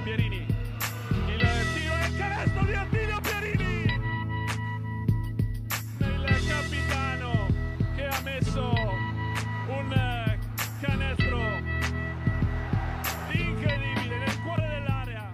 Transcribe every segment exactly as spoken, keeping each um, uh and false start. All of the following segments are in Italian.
Pierini, il tiro e il canestro di Attilio Pierini, il capitano che ha messo un canestro incredibile nel cuore dell'area.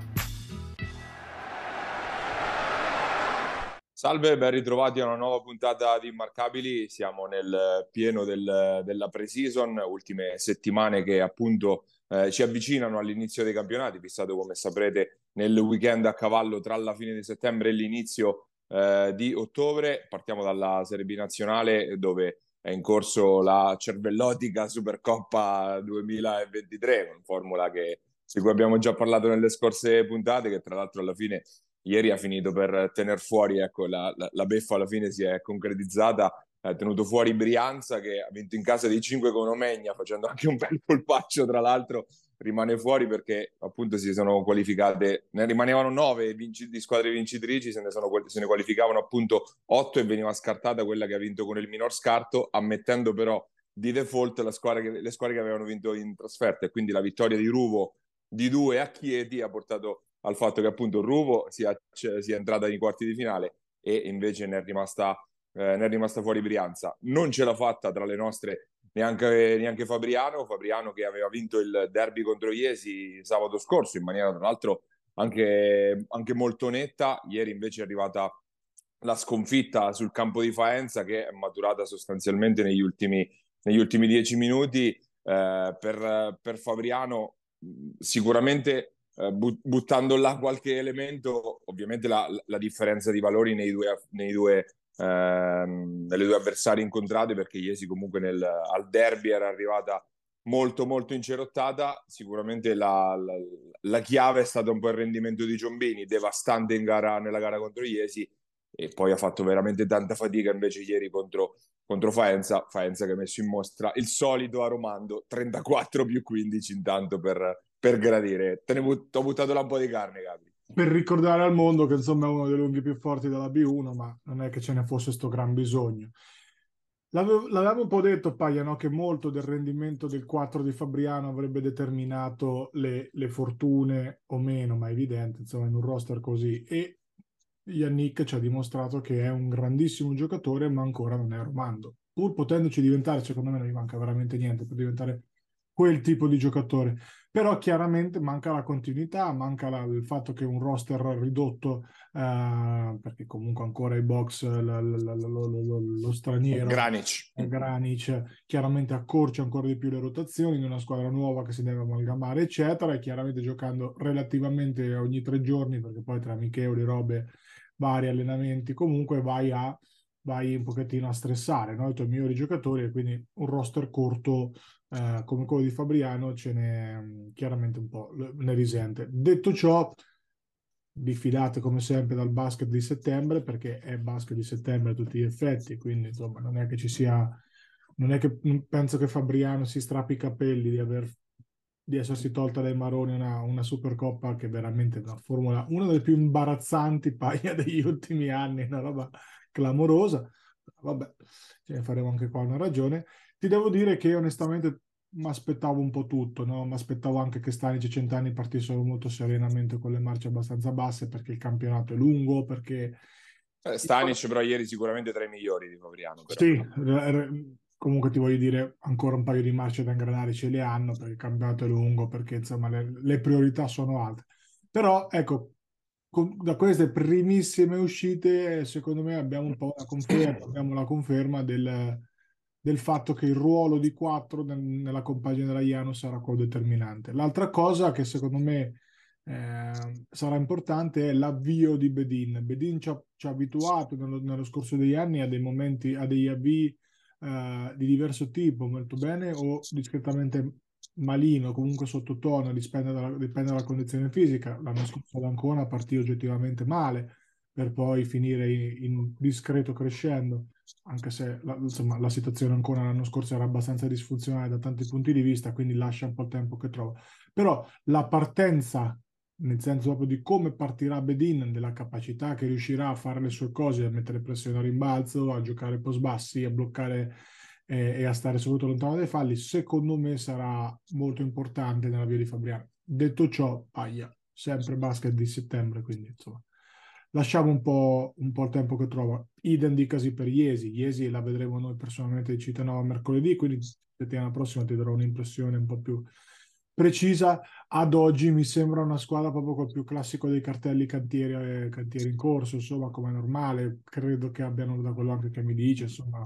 Salve, ben ritrovati a una nuova puntata di Immarcabili. Siamo nel pieno del, della pre-season, ultime settimane che appunto eh, ci avvicinano all'inizio dei campionati, fissato come saprete nel weekend a cavallo tra la fine di settembre e l'inizio eh, di ottobre. Partiamo dalla Serie B nazionale, dove è in corso la cervellotica Supercoppa duemilaventitré, una formula che, di cui abbiamo già parlato nelle scorse puntate, che tra l'altro alla fine ieri ha finito per tener fuori, ecco, la, la, la beffa alla fine si è concretizzata, ha tenuto fuori Brianza che ha vinto in casa dei cinque con Omegna, facendo anche un bel colpaccio, tra l'altro rimane fuori perché appunto si sono qualificate, ne rimanevano nove vinci, di squadre vincitrici, se ne, sono, se ne qualificavano appunto otto e veniva scartata quella che ha vinto con il minor scarto, ammettendo però di default la squadra che, le squadre che avevano vinto in trasferta, e quindi la vittoria di Ruvo di due a Chieti ha portato al fatto che appunto Ruvo sia, sia entrata nei quarti di finale e invece ne è rimasta, eh, ne è rimasta fuori Brianza. Non ce l'ha fatta tra le nostre neanche, neanche Fabriano, Fabriano che aveva vinto il derby contro Iesi sabato scorso in maniera tra l'altro anche, anche molto netta. Ieri invece è arrivata la sconfitta sul campo di Faenza, che è maturata sostanzialmente negli ultimi, negli ultimi dieci minuti. Eh, per, per Fabriano sicuramente eh, buttando là qualche elemento, ovviamente la, la differenza di valori nei due, nei due, ehm, nelle due avversari incontrate, perché Iesi comunque nel, al derby era arrivata molto molto incerottata. Sicuramente la, la, la chiave è stata un po' il rendimento di Giombini, devastante in gara, nella gara contro Iesi, e poi ha fatto veramente tanta fatica invece ieri contro, contro Faenza, Faenza che ha messo in mostra il solito Aromando, trentaquattro più quindici intanto per, per gradire. Te ne but- ho buttato là un po' di carne, Gabri. Per ricordare al mondo che insomma è uno dei lunghi più forti della B uno, ma non è che ce ne fosse sto gran bisogno. L'avevo, l'avevamo un po' detto, Paglia, no? Che molto del rendimento del quattro di Fabriano avrebbe determinato le, le fortune o meno, ma è evidente, insomma, in un roster così. E Yannick ci ha dimostrato che è un grandissimo giocatore, ma ancora non è Armando. Pur potendoci diventare, secondo me non gli manca veramente niente per diventare quel tipo di giocatore. Però chiaramente manca la continuità, manca la, il fatto che un roster ridotto, eh, perché comunque ancora i box, la, la, la, lo, lo, lo straniero Granic. Granic chiaramente accorcia ancora di più le rotazioni in una squadra nuova che si deve amalgamare, eccetera, e chiaramente giocando relativamente ogni tre giorni, perché poi tra amichevoli, robe, vari allenamenti, comunque vai a vai un pochettino a stressare, no? I tuoi migliori giocatori, e quindi un roster corto eh, come quello di Fabriano ce n'è chiaramente un po', ne risente. Detto ciò, diffidate come sempre dal basket di settembre, perché è basket di settembre a tutti gli effetti, quindi insomma non è che ci sia, non è che penso che Fabriano si strappi i capelli di aver di essersi tolta dai maroni una, una Supercoppa che è veramente una formula, una delle più imbarazzanti paia degli ultimi anni, una roba clamorosa. Vabbè, ce ne faremo anche qua una ragione. Ti devo dire che onestamente mi aspettavo un po' tutto, no? Mi aspettavo anche che Stanic e Centanni partissero molto serenamente con le marce abbastanza basse, perché il campionato è lungo, perché... Eh, Stanic però ieri sicuramente tra i migliori di Fabriano. Però. Sì, comunque ti voglio dire, ancora un paio di marce da ingranare ce le hanno, perché il campionato è lungo, perché insomma le, le priorità sono alte. Però ecco, con, da queste primissime uscite, secondo me abbiamo un po' la conferma, abbiamo la conferma del, del fatto che il ruolo di quattro nel, nella compagine della Janus sarà quello determinante. L'altra cosa che secondo me eh, sarà importante è l'avvio di Bedin. Bedin ci ha, ci ha abituato nello, nello scorso degli anni a dei momenti, a degli avvii eh, di diverso tipo, molto bene o discretamente malino, comunque sottotono, dipende dalla, dipende dalla condizione fisica. L'anno scorso ad Ancona partì oggettivamente male, per poi finire in, in discreto crescendo, anche se la, insomma, la situazione ancora l'anno scorso era abbastanza disfunzionale da tanti punti di vista, quindi lascia un po' il tempo che trova. Però la partenza, nel senso proprio di come partirà Bedin, della capacità che riuscirà a fare le sue cose, a mettere pressione a rimbalzo, a giocare post bassi, a bloccare eh, e a stare soprattutto lontano dai falli, secondo me sarà molto importante nella via di Fabriano. Detto ciò, Paglia, sempre basket di settembre, quindi insomma lasciamo un po', un po' il tempo che trova. Idem dicasi per Iesi. Iesi la vedremo noi personalmente di Cittadella mercoledì, quindi settimana prossima ti darò un'impressione un po' più precisa. Ad oggi mi sembra una squadra proprio col più classico dei cartelli cantieri, eh, cantieri in corso, insomma, come è normale. Credo che abbiano, da quello anche che mi dice, insomma,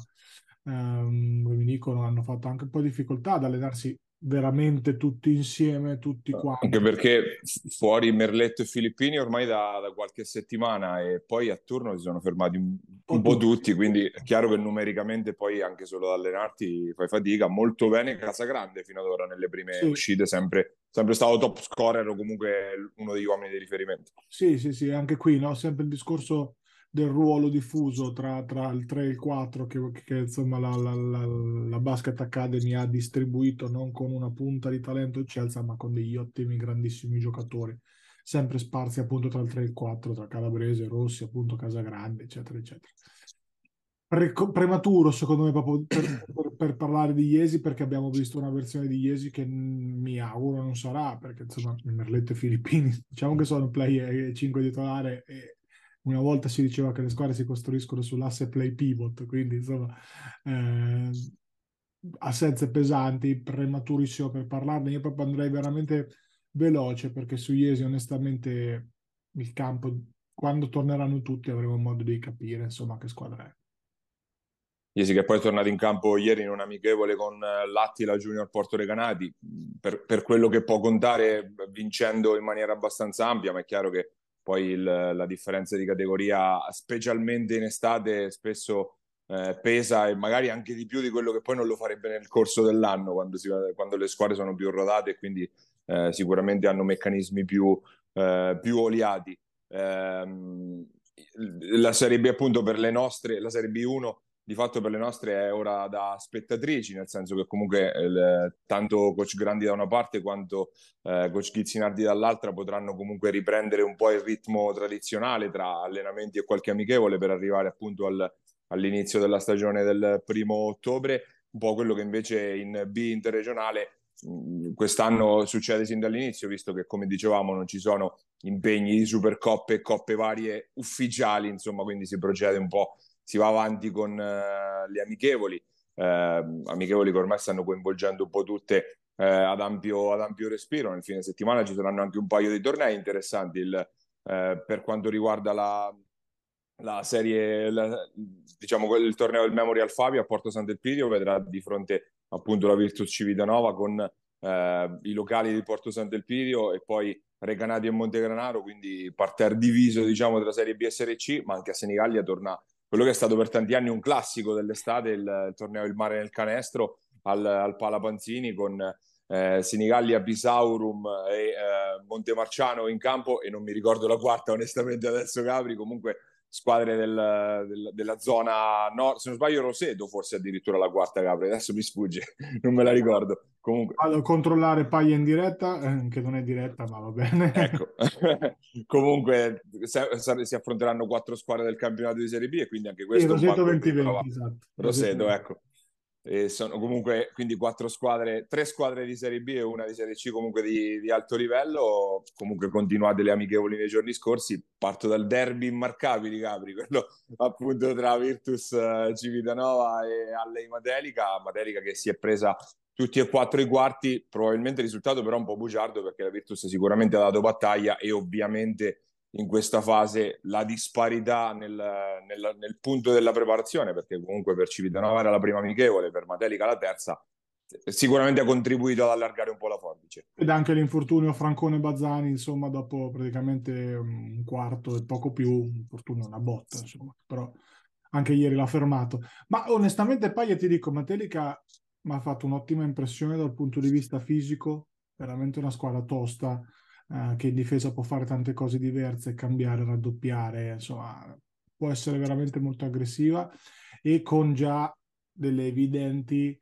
ehm, mi dicono, hanno fatto anche un po' di difficoltà ad allenarsi veramente tutti insieme, tutti Anche quanti. perché f- fuori Merletto e Filippini ormai da, da qualche settimana e poi a turno si sono fermati un, Un un po' po' tutti. tutti, quindi è chiaro che numericamente poi anche solo ad allenarti fai fatica. Molto bene Casagrande fino ad ora nelle prime Sì, uscite, sempre, sempre stato top scorer o comunque uno degli uomini di riferimento. sì, sì, sì, anche qui, no? Sempre il discorso del ruolo diffuso tra, tra il tre e il quattro che, che, insomma la, la, la, la Basket Academy ha distribuito non con una punta di talento il Chelsea, ma con degli ottimi, grandissimi giocatori, sempre sparsi appunto tra il tre e il quattro, tra Calabrese, Rossi, appunto Casagrande, eccetera, eccetera. Pre- prematuro, secondo me, proprio per, per- per parlare di Iesi, perché abbiamo visto una versione di Iesi che mm, mi auguro non sarà, perché insomma, Merletto e Filippini, diciamo che sono play cinque titolare e una volta si diceva che le squadre si costruiscono sull'asse play pivot, quindi insomma, eh, assenze pesanti, prematurissimo per parlarne. Io proprio andrei veramente veloce, perché su Iesi, onestamente, il campo, quando torneranno tutti, avremo modo di capire, insomma, che squadra è. Iesi che poi è tornato in campo ieri in un amichevole con eh, l'Attila Junior Porto Recanati, per, per quello che può contare vincendo in maniera abbastanza ampia, ma è chiaro che poi il, la differenza di categoria, specialmente in estate, spesso eh, pesa e magari anche di più di quello che poi non lo farebbe nel corso dell'anno, quando, si, quando le squadre sono più rodate e quindi eh, sicuramente hanno meccanismi più, eh, più oliati. Ehm, la Serie B appunto per le nostre, la Serie B uno di fatto per le nostre è ora da spettatrici, nel senso che comunque il, tanto coach Grandi da una parte quanto eh, coach Ghizzinardi dall'altra potranno comunque riprendere un po' il ritmo tradizionale tra allenamenti e qualche amichevole per arrivare appunto al, all'inizio della stagione del primo ottobre, un po' quello che invece in B interregionale mh, quest'anno succede sin dall'inizio, visto che come dicevamo non ci sono impegni di supercoppe e coppe varie ufficiali, insomma, quindi si procede un po', si va avanti con eh, le amichevoli, eh, amichevoli che ormai stanno coinvolgendo un po' tutte eh, ad, ampio, ad ampio respiro. Nel fine settimana ci saranno anche un paio di tornei interessanti. Il, eh, per quanto riguarda la, la serie, la, diciamo il torneo del Memorial Fabio a Porto Sant'Elpidio vedrà di fronte appunto la Virtus Civitanova con eh, i locali di Porto Sant'Elpidio e poi Recanati e Montegranaro, quindi parterre diviso diciamo tra Serie B e Serie C, ma anche a Senigallia torna quello che è stato per tanti anni un classico dell'estate, il, il torneo Il Mare nel Canestro al, al Pala Panzini con eh, Senigallia, Pisaurum e eh, Montemarciano in campo e non mi ricordo la quarta onestamente adesso Capri, comunque squadre del, del, della zona nord, se non sbaglio Roseto forse addirittura la quarta Capri, adesso mi sfugge, non me la ricordo. Comunque, Vado a controllare Paglia in diretta, eh, che non è diretta, ma va bene. ecco, comunque se, se, si affronteranno quattro squadre del campionato di Serie B e quindi anche Sì, questo è un Roseto banco di duemilaventi, prova. esatto. Roseto Roseto, venti. ecco. E sono comunque quindi quattro squadre, tre squadre di Serie B e una di Serie C comunque di, di alto livello. Comunque continuate le amichevoli nei giorni scorsi. Parto dal derby immarcabili, Capri, quello appunto tra Virtus eh, Civitanova e Alley Matelica. Matelica che si è presa tutti e quattro i quarti, probabilmente il risultato però un po' bugiardo perché la Virtus sicuramente ha dato battaglia e ovviamente in questa fase la disparità nel, nel, nel punto della preparazione, perché comunque per Civitanova era la prima amichevole, per Matelica la terza, sicuramente ha contribuito ad allargare un po' la forbice. Ed anche l'infortunio Francone-Bazzani, insomma, dopo praticamente un quarto e poco più, un infortunio, una botta, insomma, però anche ieri l'ha fermato. Ma onestamente, Paglia, ti dico, Matelica mi ha fatto un'ottima impressione dal punto di vista fisico, veramente una squadra tosta, eh, che in difesa può fare tante cose diverse, cambiare, raddoppiare, insomma, può essere veramente molto aggressiva e con già delle evidenti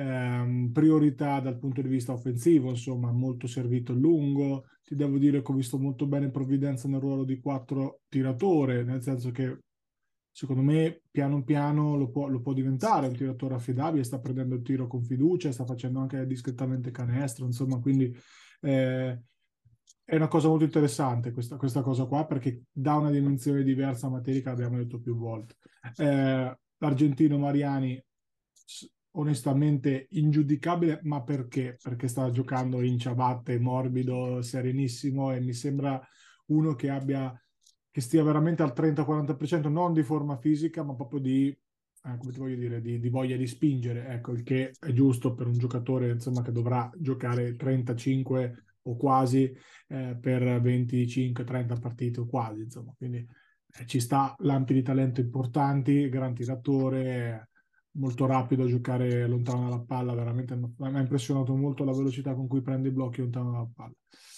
ehm, priorità dal punto di vista offensivo, insomma, molto servito il lungo. Ti devo dire che ho visto molto bene Provvidenza nel ruolo di quattro tiratore, nel senso che secondo me piano piano lo può, lo può diventare un tiratore affidabile, sta prendendo il tiro con fiducia, sta facendo anche discretamente canestro, insomma, quindi eh, è una cosa molto interessante questa, questa cosa qua, perché dà una dimensione diversa a Matelica, abbiamo detto più volte. Eh, l'argentino Mariani, onestamente ingiudicabile, ma perché? Perché sta giocando in ciabatte, morbido, serenissimo, e mi sembra uno che abbia, che stia veramente al trenta quaranta per cento, non di forma fisica, ma proprio di, eh, come ti voglio dire, di, di voglia di spingere, ecco, il che è giusto per un giocatore, insomma, che dovrà giocare trentacinque o quasi eh, per venticinque trenta partite o quasi, insomma, quindi eh, ci sta lampi di talento importanti, gran tiratore, molto rapido a giocare lontano dalla palla, veramente mi ha impressionato molto la velocità con cui prende i blocchi lontano dalla palla.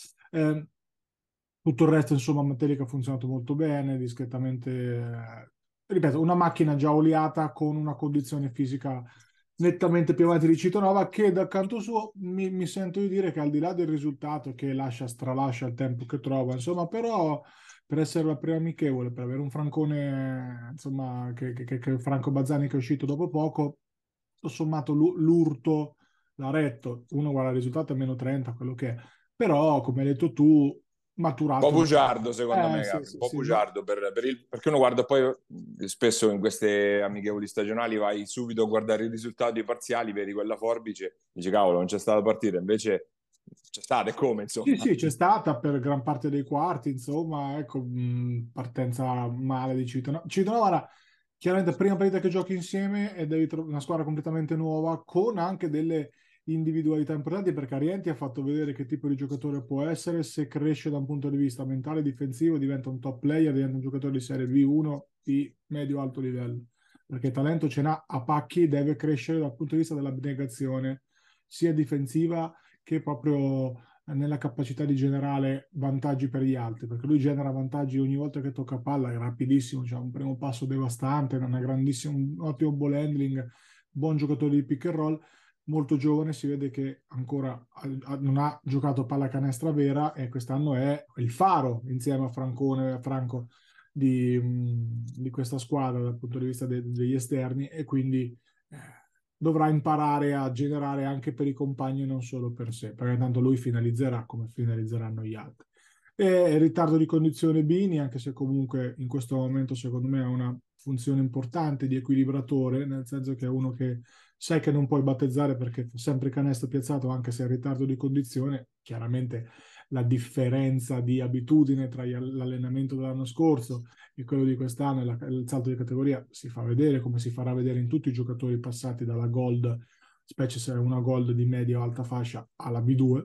Eh, tutto il resto, insomma, Matelica ha funzionato molto bene, discretamente, eh, ripeto, una macchina già oliata con una condizione fisica nettamente più avanti di Citonova, che dal canto suo mi, mi sento di dire che al di là del risultato che lascia, stralascia il tempo che trova, insomma, però per essere la prima amichevole, per avere un Francone, insomma, che, che, che Franco Bazzani che è uscito dopo poco, tutto sommato l'urto l'ha retto. Uno guarda il risultato è meno trenta, quello che è. Però, come hai detto tu, Un po' maturato. bugiardo, secondo Eh, me, sì, Gabri, un sì, po' sì, ma bugiardo per, per il, perché uno guarda poi eh, spesso in queste amichevoli stagionali vai subito a guardare i risultati parziali, vedi quella forbice, dici cavolo, non c'è stata partita, invece c'è stata e come, sì, insomma. sì, c'è stata per gran parte dei quarti, insomma, ecco, mh, partenza male di Cittadella. Cittadella, chiaramente, prima partita che giochi insieme e devi trovare una squadra completamente nuova, con anche delle individualità importanti, perché Arienti ha fatto vedere che tipo di giocatore può essere, se cresce da un punto di vista mentale e difensivo, diventa un top player, diventa un giocatore di Serie B uno di medio-alto livello, perché talento ce n'ha a pacchi, deve crescere dal punto di vista dell'abnegazione, sia difensiva che proprio nella capacità di generare vantaggi per gli altri, perché lui genera vantaggi ogni volta che tocca palla, è rapidissimo, c'ha un primo passo devastante, ha una grandissima, un ottimo ball handling, buon giocatore di pick and roll, molto giovane, si vede che ancora non ha giocato pallacanestro vera, e quest'anno è il faro insieme a Francone, a Franco di, di questa squadra dal punto di vista de, degli esterni, e quindi eh, dovrà imparare a generare anche per i compagni, non solo per sé, perché tanto lui finalizzerà come finalizzeranno gli altri. E il ritardo di condizione Bini, anche se comunque in questo momento secondo me ha una funzione importante di equilibratore, nel senso che è uno che sai che non puoi battezzare perché fa sempre canestro piazzato, anche se è in ritardo di condizione. Chiaramente la differenza di abitudine tra l'allenamento dell'anno scorso e quello di quest'anno, la, il salto di categoria si fa vedere, come si farà vedere in tutti i giocatori passati dalla Gold, specie se è una Gold di media o alta fascia, alla B due,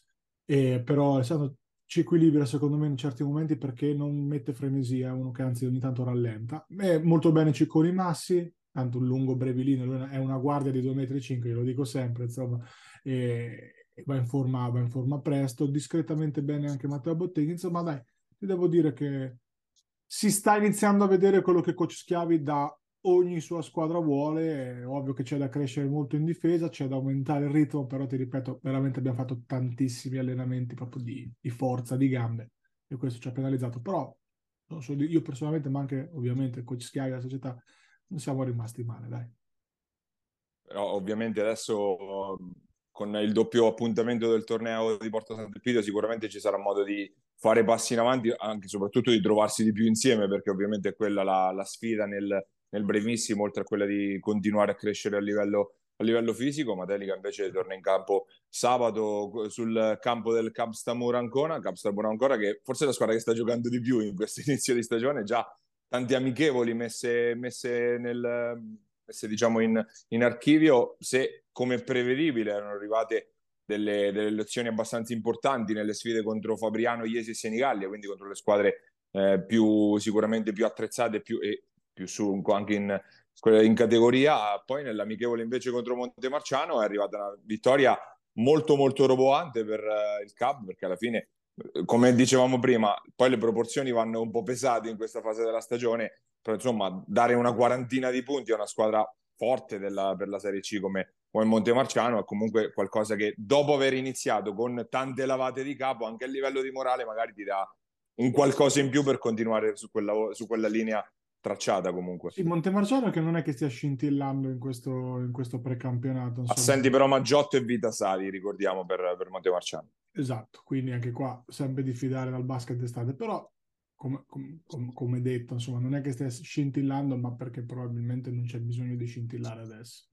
e però è stato, ci equilibra secondo me in certi momenti, perché non mette frenesia, è uno che anzi ogni tanto rallenta. È molto bene Cicconi Massi, tanto un lungo brevilino, lui è una guardia di due virgola cinque metri, io lo dico sempre, insomma, e, e va in forma, va in forma presto, discretamente bene anche Matteo Botteghi, insomma dai, ti devo dire che si sta iniziando a vedere quello che Coach Schiavi da ogni sua squadra vuole. È ovvio che c'è da crescere molto in difesa, c'è da aumentare il ritmo, però ti ripeto, veramente abbiamo fatto tantissimi allenamenti proprio di, di forza, di gambe, e questo ci ha penalizzato. Però non solo io personalmente, ma anche ovviamente il Coach Schiavi e la società, non siamo rimasti male, dai. Però ovviamente adesso con il doppio appuntamento del torneo di Porto Sant'Elpidio sicuramente ci sarà modo di fare passi in avanti, anche e soprattutto di trovarsi di più insieme, perché ovviamente è quella la, la sfida nel, nel brevissimo, oltre a quella di continuare a crescere a livello, a livello fisico. Matelica invece torna in campo sabato sul campo del Cap Stamura Ancona, Cap Stamura Ancona, che forse è la squadra che sta giocando di più in questo inizio di stagione, già tanti amichevoli messe, messe nel messe diciamo in, in archivio. Se come prevedibile erano arrivate delle, delle lezioni abbastanza importanti nelle sfide contro Fabriano, Iesi e Senigallia, quindi contro le squadre eh, più sicuramente più attrezzate più, e più su anche in, in categoria. Poi nell'amichevole invece contro Montemarciano è arrivata una vittoria molto molto roboante per uh, il Cab, perché alla fine, come dicevamo prima, poi le proporzioni vanno un po' pesate in questa fase della stagione, però insomma dare una quarantina di punti a una squadra forte della, per la Serie C come, come Montemarciano è comunque qualcosa che, dopo aver iniziato con tante lavate di capo, anche a livello di morale magari ti dà un qualcosa in più per continuare su quella, su quella linea tracciata comunque. Sì, Montemarciano che non è che stia scintillando in questo, in questo precampionato, insomma. Assenti però Maggiotto e Vita Sali, ricordiamo, per, per Montemarciano. Esatto, quindi anche qua sempre diffidare dal basket d'estate, però come, com- com- come detto, insomma, non è che stia scintillando, ma perché probabilmente non c'è bisogno di scintillare adesso.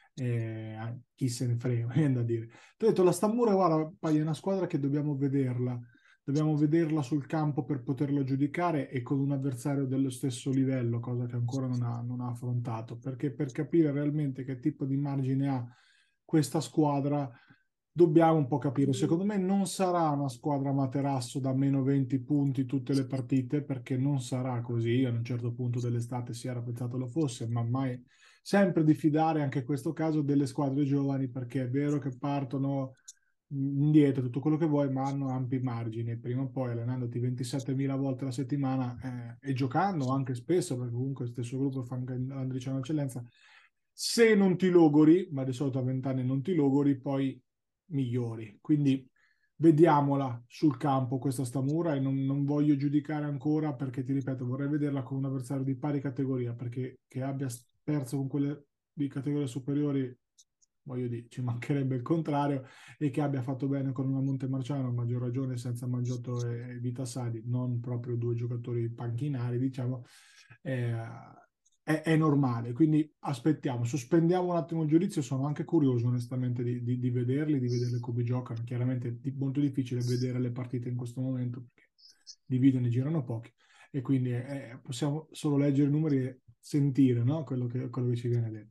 Eh, chi se ne frega, viene da dire. Ti ho detto, la Stamura, guarda, poi è una squadra che dobbiamo vederla, dobbiamo vederla sul campo per poterla giudicare e con un avversario dello stesso livello, cosa che ancora non ha, non ha affrontato, perché per capire realmente che tipo di margine ha questa squadra dobbiamo un po' capire. Secondo me non sarà una squadra materasso da meno venti punti tutte le partite, perché non sarà così. A un certo punto dell'estate si era pensato lo fosse, ma mai sempre di fidare anche in questo caso delle squadre giovani, perché è vero che partono indietro tutto quello che vuoi, ma hanno ampi margini. Prima o poi allenandoti ventisettemila volte la settimana eh, e giocando anche spesso, perché comunque il stesso gruppo fa anche l'Andriciano Eccellenza, se non ti logori, ma di solito a venti anni non ti logori, poi migliori. Quindi vediamola sul campo questa Stamura e non, non voglio giudicare ancora perché, ti ripeto, vorrei vederla con un avversario di pari categoria, perché che abbia perso con quelle di categorie superiori, voglio dire, ci mancherebbe il contrario, e che abbia fatto bene con una Montemarciano, a maggior ragione senza Maggiotto e Vita Sadi, non proprio due giocatori panchinari, diciamo, eh, è, è normale. Quindi aspettiamo, sospendiamo un attimo il giudizio. Sono anche curioso onestamente di, di, di vederli, di vedere come giocano. Chiaramente è molto difficile vedere le partite in questo momento perché di video ne girano pochi e quindi eh, possiamo solo leggere i numeri e sentire, no? quello, che, quello che ci viene detto.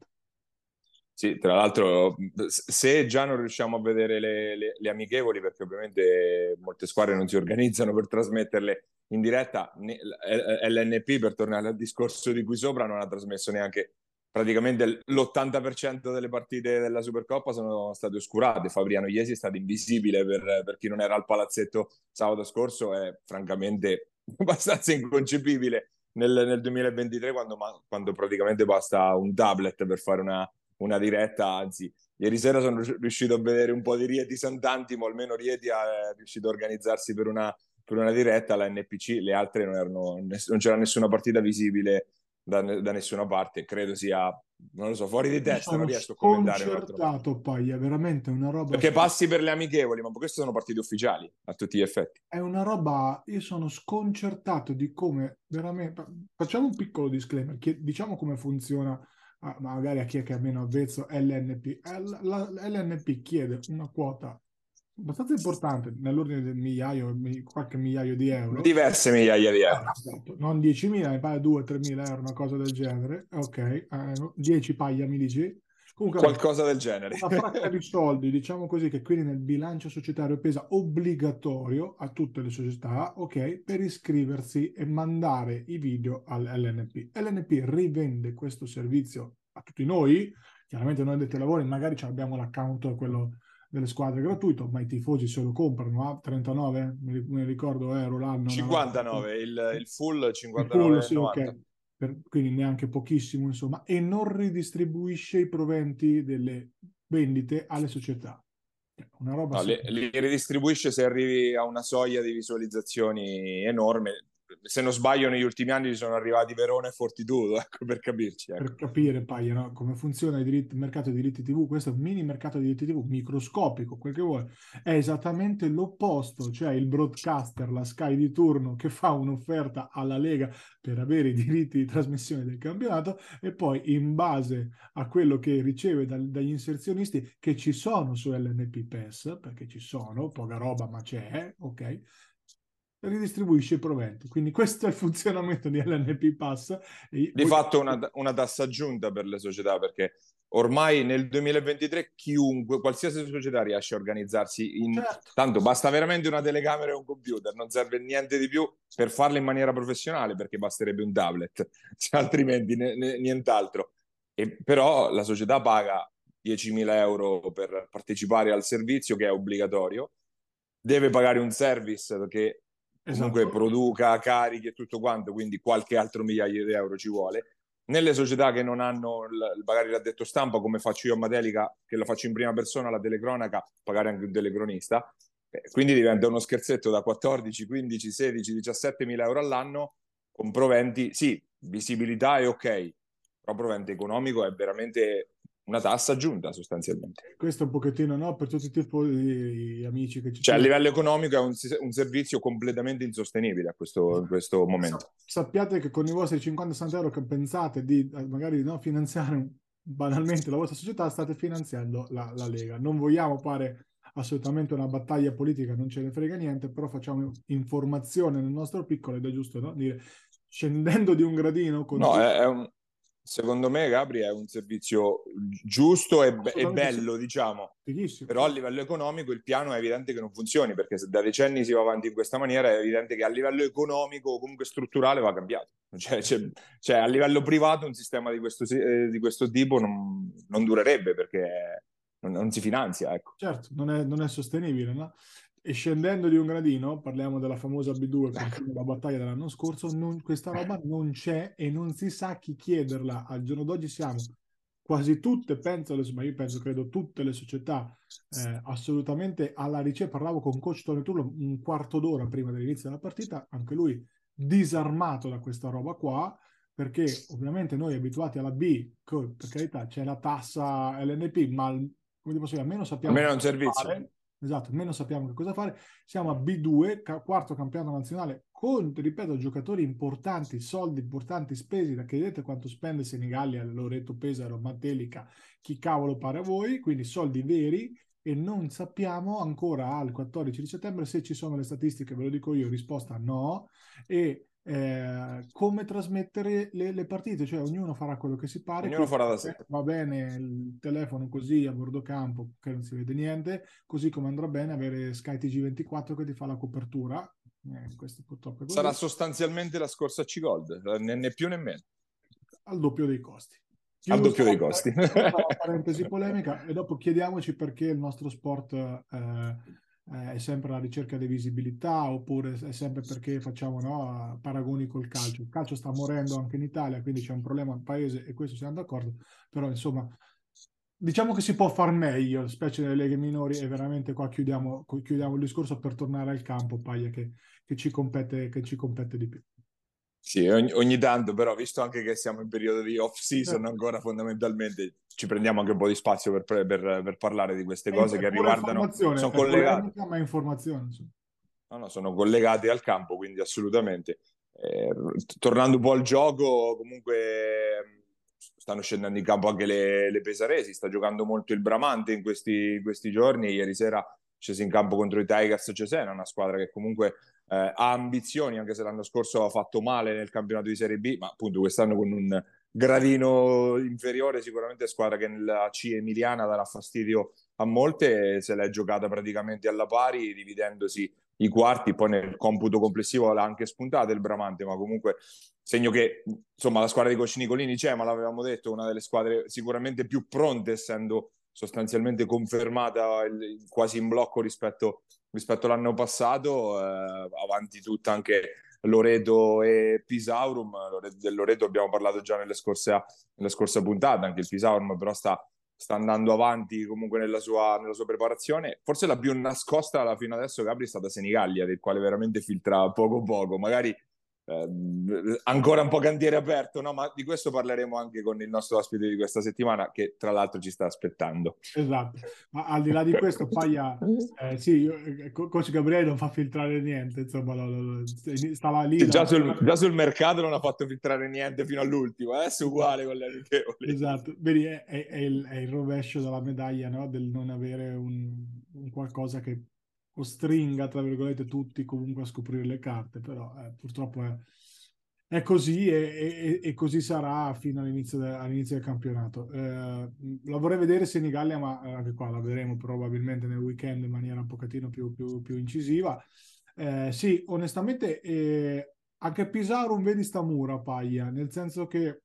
Sì, tra l'altro, se già non riusciamo a vedere le, le, le amichevoli, perché ovviamente molte squadre non si organizzano per trasmetterle in diretta, L N P, per tornare al discorso di qui sopra, non ha trasmesso neanche praticamente l'ottanta per cento delle partite della Supercoppa sono state oscurate. Fabriano Iesi è stato invisibile per, per chi non era al palazzetto sabato scorso, è francamente abbastanza inconcepibile nel, nel duemilaventitré quando, quando praticamente basta un tablet per fare una una diretta, anzi ieri sera sono riuscito a vedere un po' di Rieti Sant'Antimo, almeno Rieti è riuscito a organizzarsi per una, per una diretta, la N P C, le altre non erano, non c'era nessuna partita visibile da, da nessuna parte, credo sia, non lo so, fuori di Io testa, non sono riesco a commentare un altro modo. sconcertato, poi è veramente una roba. Perché passi per le amichevoli, ma queste sono partite ufficiali a tutti gli effetti. È una roba, io sono sconcertato di come veramente. Facciamo un piccolo disclaimer, che diciamo come funziona, ah, magari a chi è che è meno avvezzo, L N P. L- la- L'L N P chiede una quota abbastanza importante, nell'ordine del migliaio, mi- qualche migliaio di euro. Diverse migliaia di Eh, euro. esatto, non diecimila, mi pare due tre mila euro, una cosa del genere. Ok, eh, dieci paglia, mi dici? Comunque, vabbè, Qualcosa del genere. una fracca di soldi, diciamo così, che quindi nel bilancio societario pesa obbligatorio a tutte le società, ok, per iscriversi e mandare i video all'L N P. L N P rivende questo servizio a tutti noi, chiaramente noi addetti ai lavori, magari abbiamo l'account, quello delle squadre gratuito, ma i tifosi se lo comprano a trentanove, mi ricordo, euro l'anno, una roba. cinquantanove, il, il full Il pollo, sì, cinquantanove virgola novanta. ok. Per- quindi neanche pochissimo, insomma, e non ridistribuisce i proventi delle vendite alle società. Una roba No, li, seria. li ridistribuisce se arrivi a una soglia di visualizzazioni enorme. Se non sbaglio, negli ultimi anni ci sono arrivati Verona e Fortitudo, ecco, per capirci. Ecco. Per capire, Paia, no? Come funziona il, diritto, il mercato dei diritti T V, questo è un mini mercato di diritti T V microscopico, quel che vuoi, è esattamente l'opposto, cioè il broadcaster, la Sky di turno che fa un'offerta alla Lega per avere i diritti di trasmissione del campionato e poi in base a quello che riceve dal, dagli inserzionisti che ci sono su L N P P E S, perché ci sono, poca roba ma c'è, ok? Ridistribuisce i proventi. Quindi questo è il funzionamento di L N P Pass. E Di voi... fatto una, una tassa aggiunta per le società, perché ormai nel duemilaventitré chiunque, qualsiasi società riesce a organizzarsi in... Certo. Tanto basta veramente una telecamera e un computer, non serve niente di più per farlo in maniera professionale, perché basterebbe un tablet, cioè, altrimenti ne, ne, nient'altro. E, però la società paga diecimila euro per partecipare al servizio, che è obbligatorio, deve pagare un service perché comunque Esatto. produca, carichi e tutto quanto, quindi qualche altro migliaio di euro ci vuole. Nelle società che non hanno il, magari l'addetto stampa, come faccio io a Matelica, che lo faccio in prima persona, la telecronaca, pagare anche un telecronista. Eh, quindi diventa uno scherzetto da quattordici, quindici, sedici, diciassette mila euro all'anno con proventi, sì, visibilità è ok, però provento economico è veramente una tassa aggiunta sostanzialmente. Questo un pochettino, no? Per tutti i tifosi, amici che ci Cioè a seguono. livello economico è un, un servizio completamente insostenibile a questo, in questo momento. Sappiate che con i vostri cinquanta sessanta euro che pensate di eh, magari no, finanziare banalmente la vostra società, state finanziando la, la Lega. Non vogliamo fare assolutamente una battaglia politica, non ce ne frega niente, però facciamo informazione nel nostro piccolo ed è giusto, no? Dire, scendendo di un gradino con No, tutti. è, è un, secondo me, Gabri, è un servizio giusto e, be- e Assolutamente sì. bello, diciamo. Fighissimo, Però a sì. livello economico il piano è evidente che non funzioni, perché se da decenni si va avanti in questa maniera è evidente che a livello economico o comunque strutturale va cambiato. Cioè, cioè, cioè, a livello privato un sistema di questo, eh, di questo tipo non, non durerebbe perché non, non si finanzia, ecco. Certo, non è, non è sostenibile, no? E scendendo di un gradino, parliamo della famosa B due, continua la battaglia dell'anno scorso, non- questa roba non c'è e non si sa chi chiederla. Al giorno d'oggi siamo quasi tutte, penso, le- ma io penso, credo, tutte le società eh, assolutamente alla ricerca. Parlavo con coach Tony Turlo un quarto d'ora prima dell'inizio della partita, anche lui disarmato da questa roba qua, perché ovviamente noi abituati alla B, co- per carità, c'è la tassa L N P, ma come posso dire, almeno sappiamo Almeno che è un cosa servizio. fare. Esatto, almeno sappiamo che cosa fare. Siamo a B due, ca- quarto campionato nazionale, con, ripeto, giocatori importanti, soldi importanti spesi, da che vedete quanto spende Senigallia, Loreto Pesaro, Matelica, chi cavolo pare a voi, quindi soldi veri, e non sappiamo ancora al quattordici di settembre se ci sono le statistiche, ve lo dico io, risposta no, e eh, come trasmettere le, le partite, cioè ognuno farà quello che si pare, Ognuno quindi farà da sé. va bene il telefono così a bordo campo che non si vede niente, così come andrà bene avere Sky T G ventiquattro che ti fa la copertura. Eh, questo purtroppo è Sarà così, sostanzialmente la scorsa C Gold, né, né più né meno, al doppio dei costi. al Chiusa doppio dei la, costi. chiusa la parentesi polemica e dopo chiediamoci perché il nostro sport eh, eh, è sempre alla ricerca di visibilità oppure è sempre perché facciamo no, paragoni col calcio. Il calcio sta morendo anche in Italia, quindi c'è un problema al paese e questo siamo d'accordo, però insomma diciamo che si può far meglio, specie nelle leghe minori e veramente qua chiudiamo, chiudiamo il discorso per tornare al campo, Paglia, che, che ci compete, che ci compete di più. Sì, ogni, ogni tanto, però, visto anche che siamo in periodo di off-season, Certo. ancora fondamentalmente ci prendiamo anche un po' di spazio per, per- per parlare di queste È, cose è che pura riguardano, informazione, sono è collegate. polemica, ma è informazione. Insomma. No, no, sono collegati al campo, quindi assolutamente. Eh, tornando un po' al gioco, comunque stanno scendendo in campo anche le, le pesaresi, sta giocando molto il Bramante in questi, in questi giorni. Ieri sera scesi in campo contro i Tigers Cesena, una squadra che comunque eh, ha ambizioni, anche se l'anno scorso ha fatto male nel campionato di Serie B, ma appunto quest'anno con un gradino inferiore, sicuramente è squadra che nella C emiliana darà fastidio a molte, se l'è giocata praticamente alla pari, dividendosi i quarti, poi nel computo complessivo l'ha anche spuntata il Bramante, ma comunque segno che insomma la squadra di Coach Nicolini c'è, ma l'avevamo detto, una delle squadre sicuramente più pronte, essendo sostanzialmente confermata il, quasi in blocco rispetto, rispetto all'anno passato, eh, avanti tutta anche Loreto e Pisaurum. Del Loreto abbiamo parlato già nelle scorse, nella scorsa puntata, anche il Pisaurum però sta sta andando avanti comunque nella sua, nella sua preparazione. Forse la più nascosta alla fine adesso, Gabri, è stata Senigallia, del quale veramente filtra poco poco. Magari eh, ancora un po' cantiere aperto, no? Ma di questo parleremo anche con il nostro ospite di questa settimana, che tra l'altro ci sta aspettando. Esatto, ma al di là di questo, Paglia, eh, sì, io, eh, Co- coach Gabriele non fa filtrare niente, insomma, lo- lo- lo- stava lì. Sì, già, La... sul, già sul mercato non ha fatto filtrare niente fino all'ultimo, adesso è Esatto. uguale con le amichevoli. Esatto, vedi, è, è- è il, è il rovescio della medaglia, no? Del non avere un, un qualcosa che costringa, tra virgolette, tutti comunque a scoprire le carte, però eh, purtroppo è, è così e, e- e così sarà fino all'inizio, de- all'inizio del campionato. Eh, la vorrei vedere Senigallia, ma eh, anche qua la vedremo probabilmente nel weekend in maniera un pochettino più, più- più incisiva. Eh, sì, onestamente, eh, anche Pisaurum vedi sta mura, Paglia, nel senso che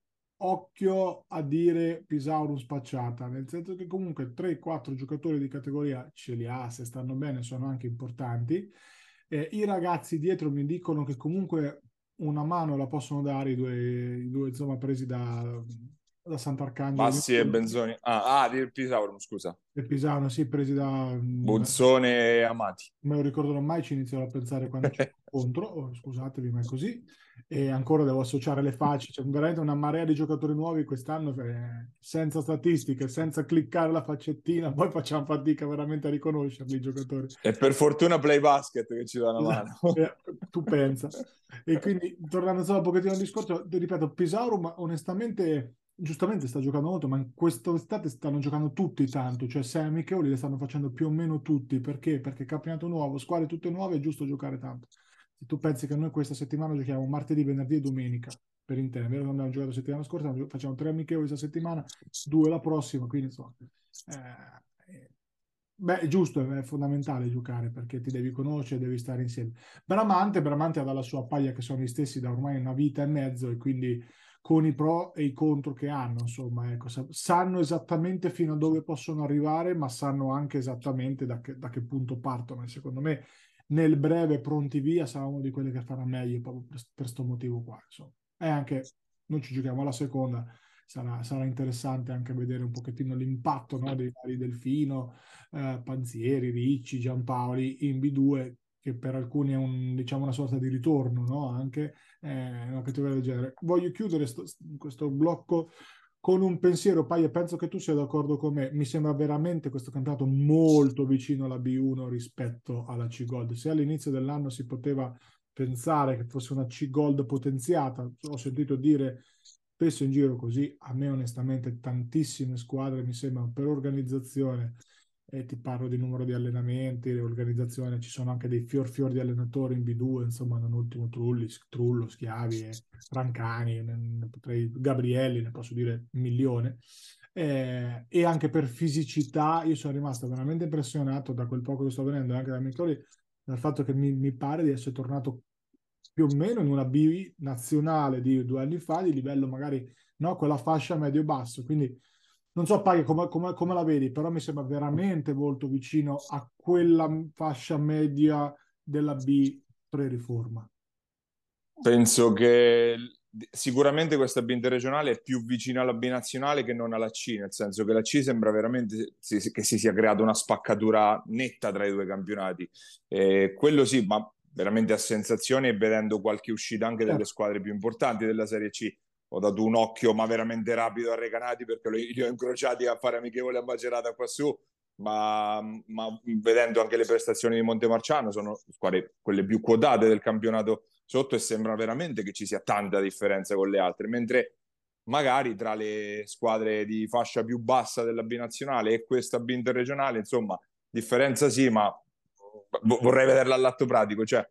occhio a dire Pisaurum spacciata, nel senso che comunque tre quattro giocatori di categoria ce li ha, se stanno bene sono anche importanti. Eh, I ragazzi dietro mi dicono che comunque una mano la possono dare i due, i due insomma, presi da, da Sant'Arcangelo Bassi e Benzoni. Ah, ah, di Pisaurum, scusa. e Pisano, sì, presi da... Buzzone e Amati. me lo ricorderò mai, ci inizierò a pensare quando c'è contro, oh, scusatevi, ma è così. E ancora devo associare le facce, c'è veramente una marea di giocatori nuovi quest'anno, eh, senza statistiche, senza cliccare la faccettina, poi facciamo fatica veramente a riconoscerli i giocatori. E per fortuna Play Basket che ci dà una Esatto. mano. Eh, tu pensa. E quindi, tornando solo un pochettino al discorso, ti ripeto, Pisauro, ma onestamente, giustamente sta giocando molto, ma in quest'estate stanno giocando tutti tanto, cioè sei amichevoli le stanno facendo più o meno tutti, perché? Perché campionato nuovo, squadre tutte nuove, è giusto giocare tanto. Se tu pensi che noi questa settimana giochiamo martedì, venerdì e domenica, per intero, è vero che non abbiamo giocato la settimana scorsa, facciamo tre amichevoli questa settimana, due la prossima, quindi insomma... Eh, Beh, è giusto, è fondamentale giocare perché ti devi conoscere, devi stare insieme. Bramante, Bramante ha dalla sua paglia che sono gli stessi da ormai una vita e mezzo e quindi con i pro e i contro che hanno, insomma, ecco, sanno esattamente fino a dove possono arrivare, ma sanno anche esattamente da che, da che punto partono. E secondo me nel breve pronti via sarà uno di quelli che farà meglio proprio per questo motivo qua. Insomma. E anche noi ci giochiamo alla seconda. Sarà, sarà interessante anche vedere un pochettino l'impatto, no, dei vari Delfino, eh, Panzieri, Ricci, Giampaoli in B due, che per alcuni è un, diciamo, una sorta di ritorno, no? Anche eh, una categoria del genere. Voglio chiudere sto, questo blocco con un pensiero, Paia, penso che tu sia d'accordo con me, mi sembra veramente questo campionato molto vicino alla B uno rispetto alla C Gold. Se all'inizio dell'anno si poteva pensare che fosse una C Gold potenziata, ho sentito dire spesso in giro così, a me onestamente tantissime squadre mi sembrano per organizzazione, e ti parlo di numero di allenamenti, organizzazione, ci sono anche dei fior fior di allenatori in B due, insomma, non ultimo Trulli, Trullo, Schiavi, e Francani, ne, ne potrei, Gabrielli, ne posso dire un milione, eh, e anche per fisicità, io sono rimasto veramente impressionato da quel poco che sto vedendo, anche da Micoli, dal fatto che mi, mi pare di essere tornato più o meno in una B nazionale di due anni fa, di livello magari, no, quella fascia medio-basso, quindi non so Paghi come, come, come la vedi, però mi sembra veramente molto vicino a quella fascia media della B pre-riforma. Penso che sicuramente questa B interregionale è più vicina alla B nazionale che non alla C, nel senso che la C sembra veramente che si sia creata una spaccatura netta tra i due campionati. Eh, quello sì, ma veramente a sensazione e vedendo qualche uscita anche delle squadre più importanti della Serie C. Ho dato un occhio, ma veramente rapido, a Recanati perché li ho incrociati a fare amichevole a Macerata qua su. Ma, ma vedendo anche le prestazioni di Montemarciano, sono squadre quelle più quotate del campionato sotto e sembra veramente che ci sia tanta differenza con le altre, mentre magari tra le squadre di fascia più bassa della B nazionale e questa B interregionale, insomma, differenza sì, ma vorrei vederla all'atto pratico, cioè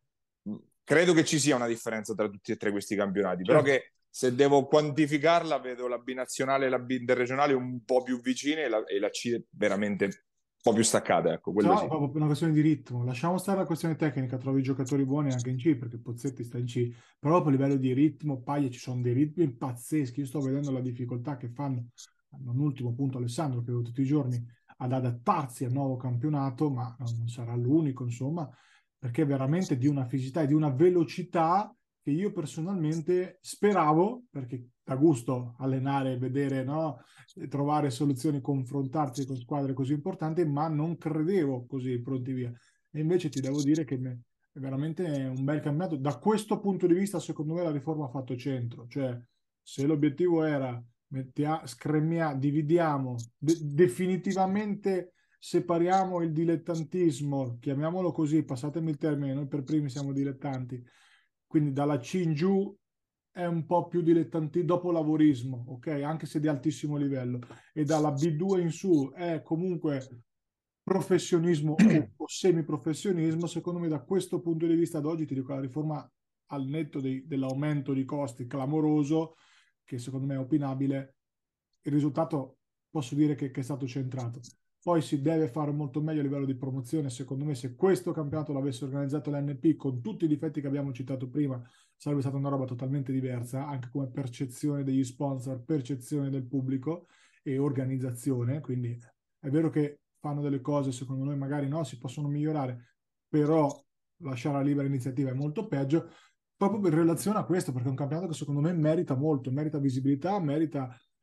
credo che ci sia una differenza tra tutti e tre questi campionati, certo. Però che se devo quantificarla vedo la B nazionale e la B interregionale un po' più vicine e la, e la C veramente un po' più staccate, ecco, quello no, sì. proprio una questione di ritmo. Lasciamo stare la questione tecnica, trovi giocatori buoni anche in C, perché Pozzetti sta in C, però proprio a livello di ritmo, Paglia, ci sono dei ritmi pazzeschi. Io sto vedendo la difficoltà che fanno, non ultimo punto Alessandro, che vedo tutti i giorni, ad adattarsi al nuovo campionato, ma non sarà l'unico, insomma, perché è veramente di una fisicità e di una velocità che io personalmente speravo, perché da gusto allenare, vedere, no, trovare soluzioni, confrontarsi con squadre così importanti, ma non credevo così pronti via. E invece ti devo dire che è veramente un bel campionato. Da questo punto di vista, secondo me, la riforma ha fatto centro. Cioè, se l'obiettivo era mettia, scremia, dividiamo, de- definitivamente separiamo il dilettantismo, chiamiamolo così, passatemi il termine, noi per primi siamo dilettanti, quindi dalla C in giù è un po' più dilettanti dopo lavorismo, ok? Anche se di altissimo livello. E dalla B due in su è comunque professionismo o, o semiprofessionismo. Secondo me da questo punto di vista ad oggi ti dico la riforma al netto dei, dell'aumento di costi clamoroso, che secondo me è opinabile, il risultato posso dire che, che è stato centrato. Poi si deve fare molto meglio a livello di promozione. Secondo me, se questo campionato l'avesse organizzato l'N P con tutti i difetti che abbiamo citato prima, sarebbe stata una roba totalmente diversa, anche come percezione degli sponsor, percezione del pubblico e organizzazione. Quindi è vero che fanno delle cose, secondo noi magari no, si possono migliorare, però lasciare la libera iniziativa è molto peggio, proprio in relazione a questo, perché è un campionato che secondo me merita molto, merita visibilità, merita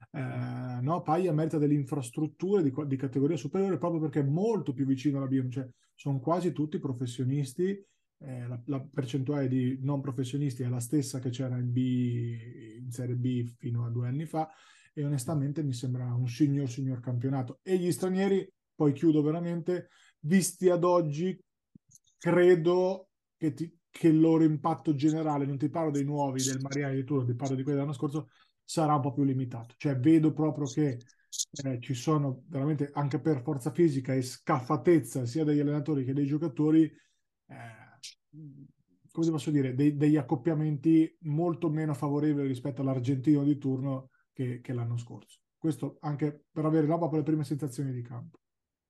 eh, no, Paglia merita delle infrastrutture di, di categoria superiore proprio perché è molto più vicino alla B uno, cioè sono quasi tutti professionisti, eh, la, la percentuale di non professionisti è la stessa che c'era in, B, in Serie B fino a due anni fa, e onestamente mi sembra un signor signor campionato. E gli stranieri, poi chiudo veramente, visti ad oggi, credo che, ti, che il loro impatto generale, non ti parlo dei nuovi, del Mariani di Turno, ti parlo di quelli dell'anno scorso, sarà un po' più limitato. Cioè vedo proprio che eh, ci sono veramente, anche per forza fisica e scaffatezza sia degli allenatori che dei giocatori, eh, come ti posso dire, dei, degli accoppiamenti molto meno favorevoli rispetto all'argentino di turno che, che l'anno scorso. Questo anche per avere roba per le prime sensazioni di campo.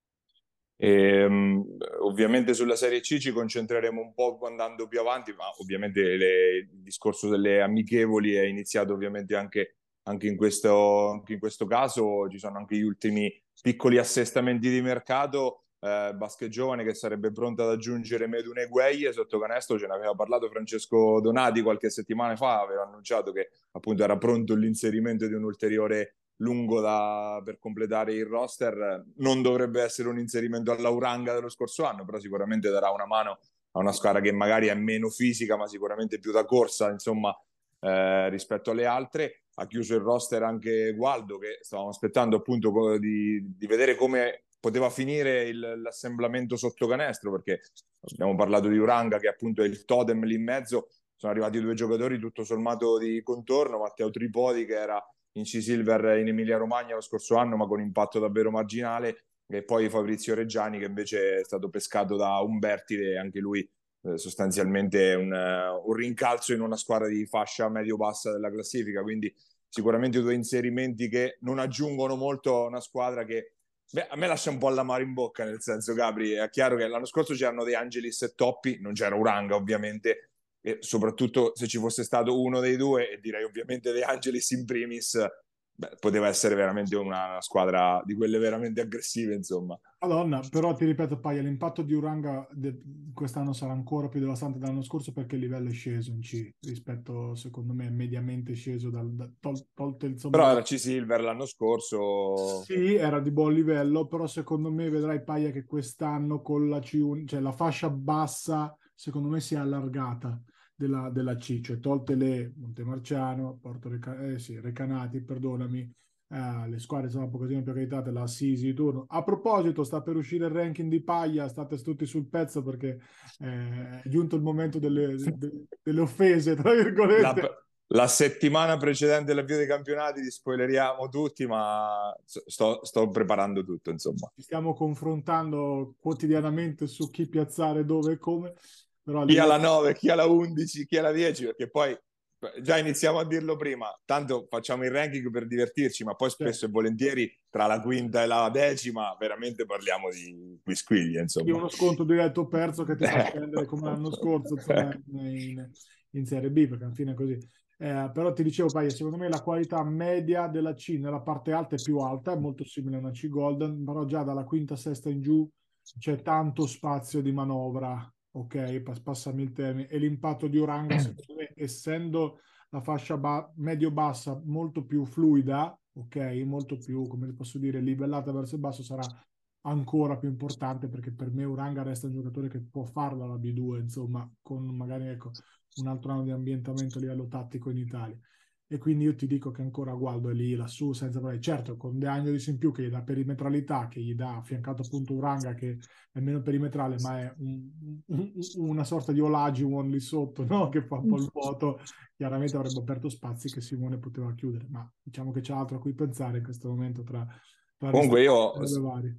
E, um, ovviamente sulla Serie C ci concentreremo un po' andando più avanti, ma ovviamente le, il discorso delle amichevoli è iniziato ovviamente anche, anche, in questo, anche in questo caso. Ci sono anche gli ultimi piccoli assestamenti di mercato. eh, Basket Giovane che sarebbe pronta ad aggiungere Medune Gueye sotto canestro, ce ne aveva parlato Francesco Donati qualche settimana fa, aveva annunciato che appunto era pronto l'inserimento di un ulteriore lungo da, per completare il roster. Non dovrebbe essere un inserimento all'Auranga dello scorso anno, però sicuramente darà una mano a una squadra che magari è meno fisica ma sicuramente più da corsa, insomma, eh, rispetto alle altre. Ha chiuso il roster anche Gualdo, che stavamo aspettando appunto di, di vedere come poteva finire il, l'assemblamento sotto canestro, perché abbiamo parlato di Uranga che appunto è il totem lì in mezzo. Sono arrivati due giocatori tutto sommato di contorno, Matteo Tripodi che era in C-Silver in Emilia-Romagna lo scorso anno ma con impatto davvero marginale, e poi Fabrizio Reggiani che invece è stato pescato da Umberti, anche lui eh, sostanzialmente un, uh, un rincalzo in una squadra di fascia medio-bassa della classifica, quindi sicuramente due inserimenti che non aggiungono molto a una squadra che beh, a me lascia un po' l'amaro in bocca, nel senso, Gabri, è chiaro che l'anno scorso c'erano De Angelis e Toppi, non c'era Uranga ovviamente, e soprattutto se ci fosse stato uno dei due, e direi ovviamente De Angelis in primis, beh, poteva essere veramente una, una squadra di quelle veramente aggressive, insomma. Madonna, però ti ripeto, Paia, l'impatto di Uranga de- quest'anno sarà ancora più devastante dell'anno scorso perché il livello è sceso in C rispetto, secondo me, mediamente sceso dal, da, tol- tolte insomma Però le... era C-Silver l'anno scorso. Sì, era di buon livello, però secondo me vedrai Paia che quest'anno con la C uno, cioè la fascia bassa, secondo me si è allargata della, della C, cioè tolte le Montemarciano, Porto Reca- eh, sì, Recanati, perdonami, eh, le squadre sono un pochettino più accreditate, la Sisi di turno. A proposito, sta per uscire il ranking di Paglia, state tutti sul pezzo perché eh, è giunto il momento delle, de- delle offese, tra La, virgolette. la settimana precedente all'avvio dei campionati ti spoileriamo tutti, ma sto, sto preparando tutto, insomma. Ci stiamo confrontando quotidianamente su chi piazzare dove e come, però a Chi ha livello... la nove, chi ha la undici, chi ha la dieci, perché poi già iniziamo a dirlo prima, tanto facciamo il ranking per divertirci, ma poi Cioè, spesso e volentieri tra la quinta e la decima veramente parliamo di quisquiglie, sì, insomma. uno sconto diretto o perso che ti fa scendere come l'anno scorso, insomma, in, in Serie B, perché alla fine è così. Eh, però ti dicevo, Paia, secondo me la qualità media della C nella parte alta è più alta, è molto simile a una C Golden, però già dalla quinta, sesta in giù c'è tanto spazio di manovra, ok? Pass- passami il termine. E l'impatto di Uranga, secondo me, essendo la fascia ba- medio-bassa molto più fluida, ok? Molto più, come posso dire, livellata verso il basso, sarà ancora più importante perché per me Uranga resta un giocatore che può farla la B due, insomma, con magari ecco, un altro anno di ambientamento a livello tattico in Italia. E quindi io ti dico che ancora Gualdo è lì lassù senza problemi. Certo, con De Angelis in più che gli dà perimetralità, che gli dà affiancato appunto Uranga che è meno perimetrale, ma è un, un, una sorta di Olajuwon lì sotto, no? Che fa un po' il vuoto. Chiaramente avrebbe aperto spazi che Simone poteva chiudere, ma diciamo che c'è altro a cui pensare in questo momento tra Comunque io, vari.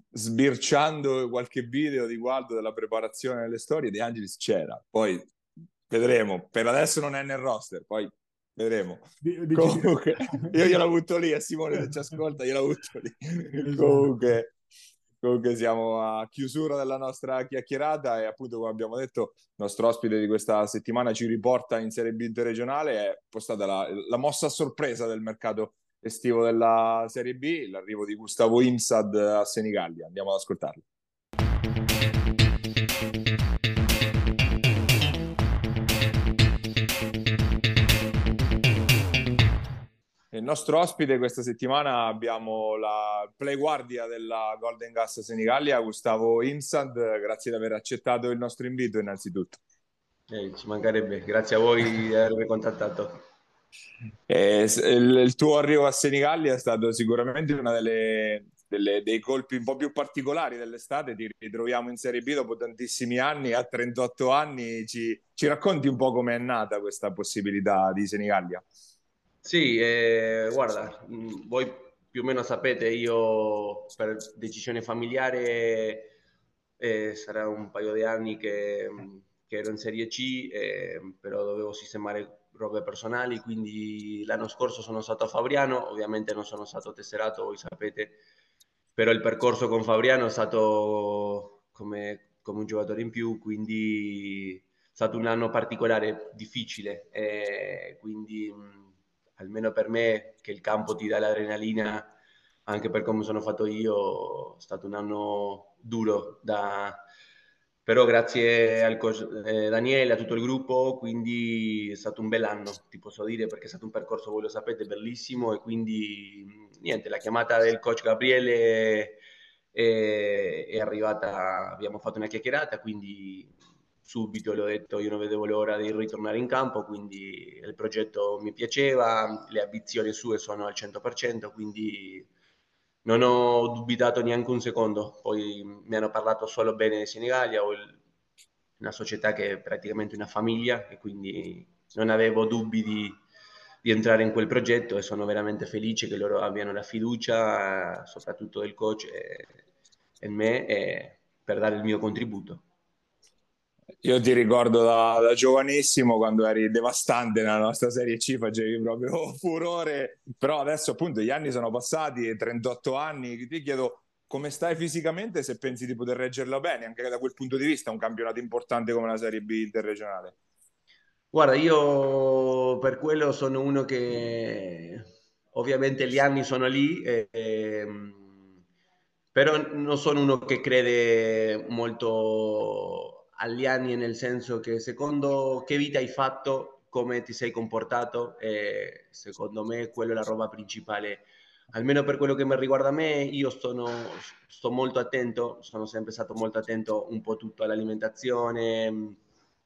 sbirciando qualche video di Gualdo della preparazione delle storie, De Angelis c'era, poi vedremo, per adesso non è nel roster, poi vedremo. Dici, Comunque, io gliel'ho avuto lì, a Simone se ci ascolta, gliel'ho avuto lì. Esatto. Comunque, comunque siamo a chiusura della nostra chiacchierata e appunto come abbiamo detto il nostro ospite di questa settimana ci riporta in Serie B interregionale. È un po' stata la, la mossa a sorpresa del mercato estivo della Serie B, l'arrivo di Gustavo Imsad a Senigallia. Andiamo ad ascoltarlo. E nostro ospite questa settimana abbiamo la play guardia della Golden Gas Senigallia, Gustavo Insand. Grazie di aver accettato il nostro invito innanzitutto. Eh, ci mancherebbe, grazie a voi di avermi contattato. Eh, il, il tuo arrivo a Senigallia è stato sicuramente uno delle, delle, dei colpi un po' più particolari dell'estate. Ti ritroviamo in Serie B dopo tantissimi anni, a trentotto anni. Ci, ci racconti un po' com'è nata questa possibilità di Senigallia? Sì, eh, guarda, mh, voi più o meno sapete, io per decisione familiare eh, sarà un paio di anni che, mh, che ero in Serie C, eh, però dovevo sistemare robe personali, quindi l'anno scorso sono stato a Fabriano, ovviamente non sono stato tesserato, voi sapete, però il percorso con Fabriano è stato come, come un giocatore in più, quindi è stato un anno particolare, difficile, eh, quindi mh, almeno per me che il campo ti dà l'adrenalina, anche per come sono fatto io, è stato un anno duro, da... però grazie al coach eh, Daniele, a tutto il gruppo, quindi è stato un bel anno, ti posso dire, perché è stato un percorso, voi lo sapete, bellissimo, e quindi niente, la chiamata del coach Gabriele è, è arrivata, abbiamo fatto una chiacchierata, quindi subito le ho detto io non vedevo l'ora di ritornare in campo, quindi il progetto mi piaceva, le ambizioni sue sono al cento per cento, quindi non ho dubitato neanche un secondo. Poi mi hanno parlato solo bene di Senigallia, ho il- una società che è praticamente una famiglia e quindi non avevo dubbi di, di entrare in quel progetto, e sono veramente felice che loro abbiano la fiducia, eh, soprattutto del coach e, e in me, e per dare il mio contributo. Io ti ricordo da, da giovanissimo quando eri devastante nella nostra Serie C, facevi proprio furore, però adesso appunto gli anni sono passati, trentotto anni, ti chiedo come stai fisicamente e se pensi di poter reggerlo bene, anche da quel punto di vista, un campionato importante come la Serie B interregionale. Guarda, io per quello sono uno che ovviamente gli anni sono lì, e- ehm, però non sono uno che crede molto agli anni, nel senso che secondo che vita hai fatto, come ti sei comportato, e secondo me quello è la roba principale. Almeno per quello che mi riguarda me, io sono, sto molto attento, sono sempre stato molto attento un po' tutto all'alimentazione,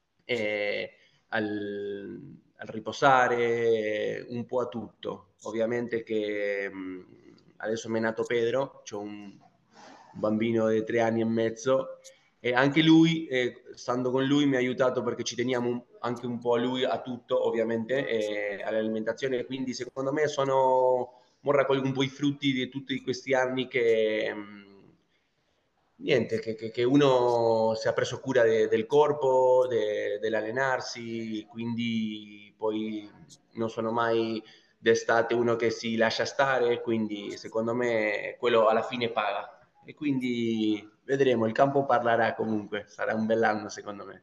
e al, al riposare, un po' a tutto. Ovviamente che mh, adesso mi è nato Pedro, c'ho un, un bambino di tre anni e mezzo, e anche lui, eh, stando con lui, mi ha aiutato perché ci teniamo un, anche un po' a lui, a tutto, ovviamente, e all'alimentazione. Quindi secondo me sono, mo raccolgo un po' i frutti di tutti questi anni che... Mh, niente, che, che, che uno si è preso cura de, del corpo, de, dell'allenarsi, quindi poi non sono mai d'estate uno che si lascia stare, quindi secondo me quello alla fine paga. E quindi vedremo, il campo parlerà comunque, sarà un bell'anno secondo me.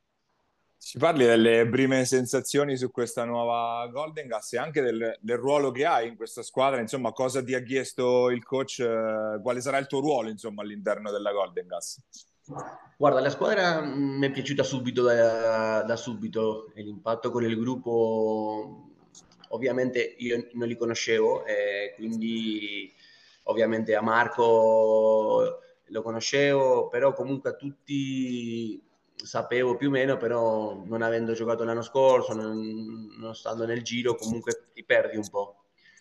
Ci parli delle prime sensazioni su questa nuova Golden Gas e anche del, del ruolo che hai in questa squadra, insomma, cosa ti ha chiesto il coach, eh, quale sarà il tuo ruolo, insomma, all'interno della Golden Gas? Guarda, la squadra mm, mi è piaciuta subito da, da subito, e l'impatto con il gruppo, ovviamente io non li conoscevo, eh, quindi ovviamente a Marco lo conoscevo, però comunque a tutti sapevo più o meno, però non avendo giocato l'anno scorso, non, non stando nel giro, comunque ti perdi un po'.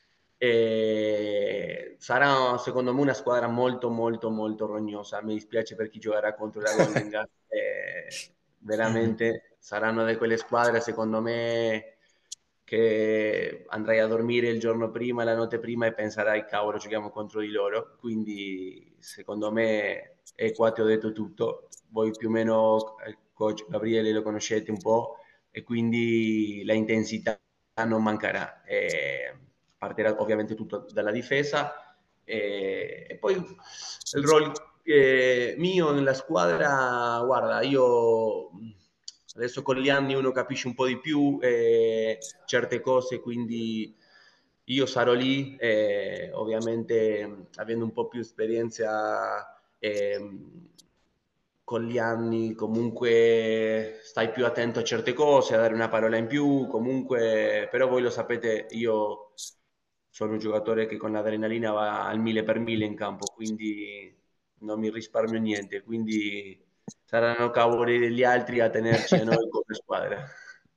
E sarà secondo me una squadra molto molto molto rognosa. Mi dispiace per chi giocherà contro la Golden Gas, eh, veramente saranno di quelle squadre secondo me che andrai a dormire il giorno prima, la notte prima, e penserai cavolo, giochiamo contro di loro. Quindi secondo me, e qua ti ho detto tutto, voi più o meno il coach Gabriele lo conoscete un po', e quindi la intensità non mancherà. E partirà ovviamente tutto dalla difesa, e, e poi il ruolo eh, mio nella squadra, guarda, io adesso con gli anni uno capisce un po' di più eh, certe cose, quindi io sarò lì, eh, ovviamente avendo un po' più esperienza eh, con gli anni, comunque stai più attento a certe cose, a dare una parola in più, comunque, però voi lo sapete, io sono un giocatore che con l'adrenalina va al mille per mille in campo, quindi non mi risparmio niente, quindi saranno cavoli degli altri a tenerci a noi come squadra.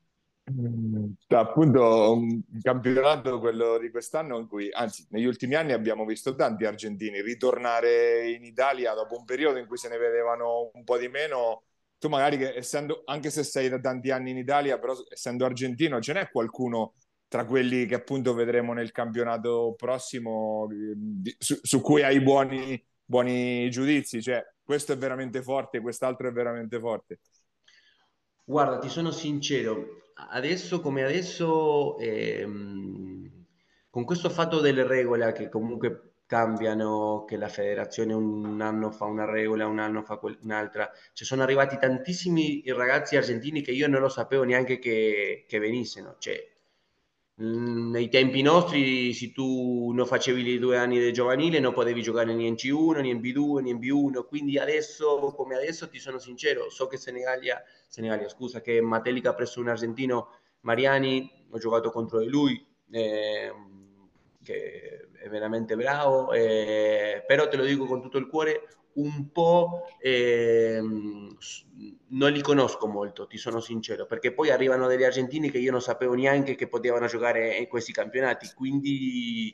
Mm, appunto un campionato, quello di quest'anno, in cui, anzi, negli ultimi anni abbiamo visto tanti argentini ritornare in Italia dopo un periodo in cui se ne vedevano un po' di meno. Tu magari, che, essendo, anche se sei da tanti anni in Italia, però essendo argentino, ce n'è qualcuno tra quelli che appunto vedremo nel campionato prossimo, eh, di- su, su cui hai buoni, buoni giudizi? Cioè, questo è veramente forte, quest'altro è veramente forte. Guarda, ti sono sincero, adesso come adesso, ehm, con questo fatto delle regole che comunque cambiano, che la federazione un anno fa una regola, un anno fa quel- un'altra, ci sono arrivati tantissimi ragazzi argentini che io non lo sapevo neanche che, che venissero. Cioè, mm, nei tempi nostri, se tu non facevi i due anni del giovanile, non potevi giocare né in C uno, né in B due, né in B uno. Quindi adesso, come adesso, ti sono sincero, so che Senegalia, Senegalia, scusa, che Matelica ha preso un argentino, Mariani, ho giocato contro di lui, eh, che è veramente bravo, eh, però te lo dico con tutto il cuore, un po' ehm, s- non li conosco molto, ti sono sincero, perché poi arrivano degli argentini che io non sapevo neanche che potevano giocare in questi campionati, quindi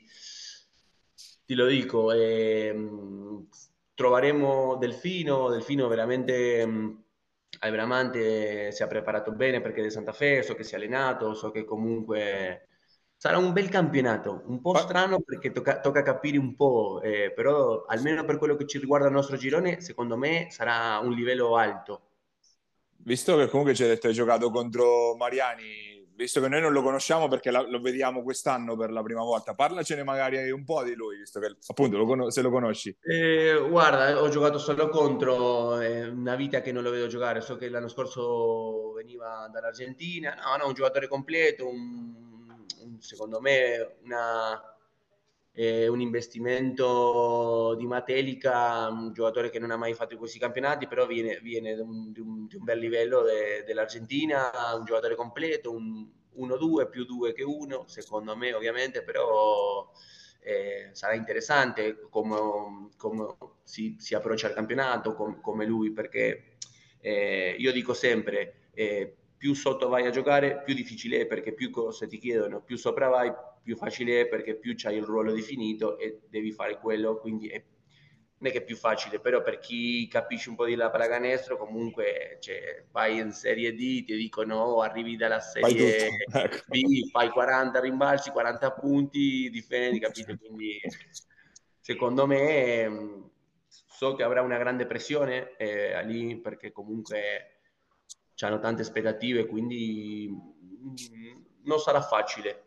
ti lo dico, ehm, troveremo Delfino, Delfino veramente ehm, è veramente si è preparato bene perché è di Santa Fe, so che si è allenato, so che comunque sarà un bel campionato, un po' Ma strano perché tocca, tocca capire un po', eh, però almeno per quello che ci riguarda il nostro girone, secondo me sarà un livello alto. visto che comunque ci hai detto hai giocato contro Mariani, visto che noi non lo conosciamo perché la- lo vediamo quest'anno per la prima volta, parlacene magari un po' di lui, visto che appunto lo cono- se lo conosci. Eh, guarda, ho giocato solo contro, è una vita che non lo vedo giocare, so che l'anno scorso veniva dall'Argentina, no, no, un giocatore completo, un- un- secondo me una, eh, un investimento di Matelica, un giocatore che non ha mai fatto questi campionati, però viene, viene da un- di, un, di un bel livello de- dell'Argentina, un giocatore completo, un uno due più due che uno, secondo me ovviamente, però eh, sarà interessante come, come si, si, approccia al campionato, com, come lui, perché eh, io dico sempre, eh, più sotto vai a giocare, più difficile è perché più cose ti chiedono, più sopra vai, più facile è perché più c'hai il ruolo definito e devi fare quello, quindi è, non è che è più facile, però per chi capisce un po' di la pallacanestro comunque cioè, vai in Serie D, ti dicono oh, arrivi dalla Fai tutto, Serie ecco. B, fai quaranta rimbalzi, quaranta punti, difendi, capito? Quindi secondo me mh, so che avrà una grande pressione eh, lì perché comunque hanno tante aspettative, quindi mh, non sarà facile.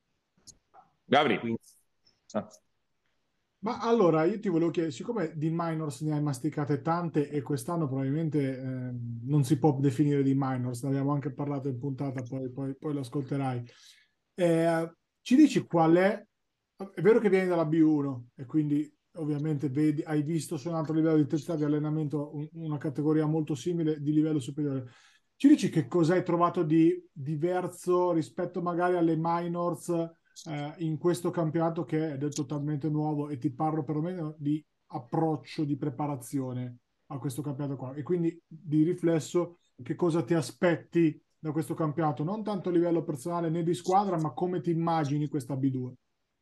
Gabri. Quindi, Ah. Ma allora io ti volevo chiedere, siccome di minors ne hai masticate tante e quest'anno probabilmente eh, non si può definire di minors, ne abbiamo anche parlato in puntata, poi, poi, poi lo ascolterai. Eh, ci dici qual è? È vero che vieni dalla B uno e quindi ovviamente vedi, hai visto su un altro livello di intensità di allenamento un- una categoria molto simile di livello superiore. Ci dici che cosa hai trovato di diverso rispetto magari alle minors eh, in questo campionato che è del totalmente nuovo e ti parlo perlomeno di approccio, di preparazione a questo campionato qua e quindi di riflesso che cosa ti aspetti da questo campionato, non tanto a livello personale né di squadra, ma come ti immagini questa B due?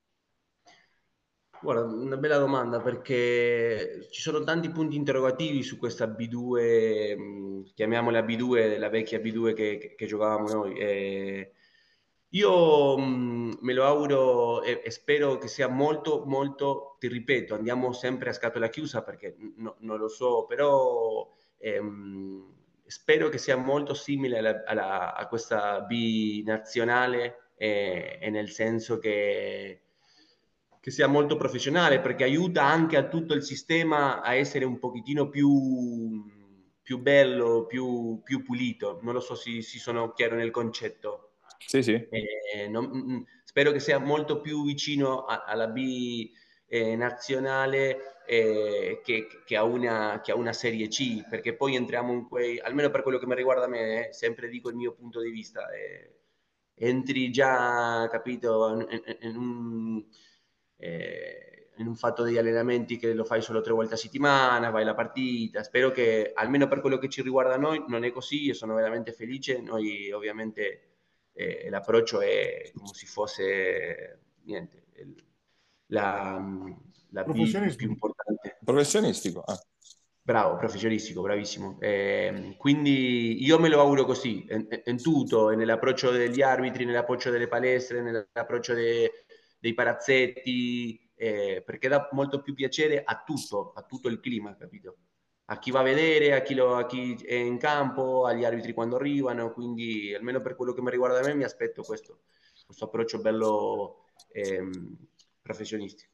guarda, una bella domanda perché ci sono tanti punti interrogativi su questa B due, mh, chiamiamola B due, la vecchia B due che, che- che giocavamo noi. E io mh, me lo auguro e, e spero che sia molto, molto, ti ripeto, andiamo sempre a scatola chiusa perché no- non lo so, però ehm, spero che sia molto simile alla- alla- a questa B nazionale e, e nel senso che che sia molto professionale perché aiuta anche a tutto il sistema a essere un pochettino più, più bello, più, più pulito. Non lo so se si sono chiaro nel concetto. Sì, sì. Eh, non- mm, mm, spero che sia molto più vicino a- alla B eh, nazionale eh, che, che a una, che a una Serie C, perché poi entriamo in quei, almeno per quello che mi riguarda me, eh, sempre dico il mio punto di vista, eh, entri già, capito, in, in- in un eh, in un fatto degli allenamenti che lo fai solo tre volte a settimana, vai alla partita. Spero che, almeno per quello che ci riguarda noi, non è così e sono veramente felice. Noi ovviamente eh, l'approccio è come se fosse niente, il- la, la B più Professionismo. importante. Professionistico. eh. Bravo, professionistico, bravissimo. Eh, quindi io me lo auguro così, in, in tutto, e nell'approccio degli arbitri, nell'approccio delle palestre, nell'approccio de- dei palazzetti, eh, perché dà molto più piacere a tutto, a tutto il clima, capito? A chi va a vedere, a chi, lo- a chi è in campo, agli arbitri quando arrivano, quindi almeno per quello che mi riguarda a me mi aspetto questo, questo approccio bello ehm, professionistico.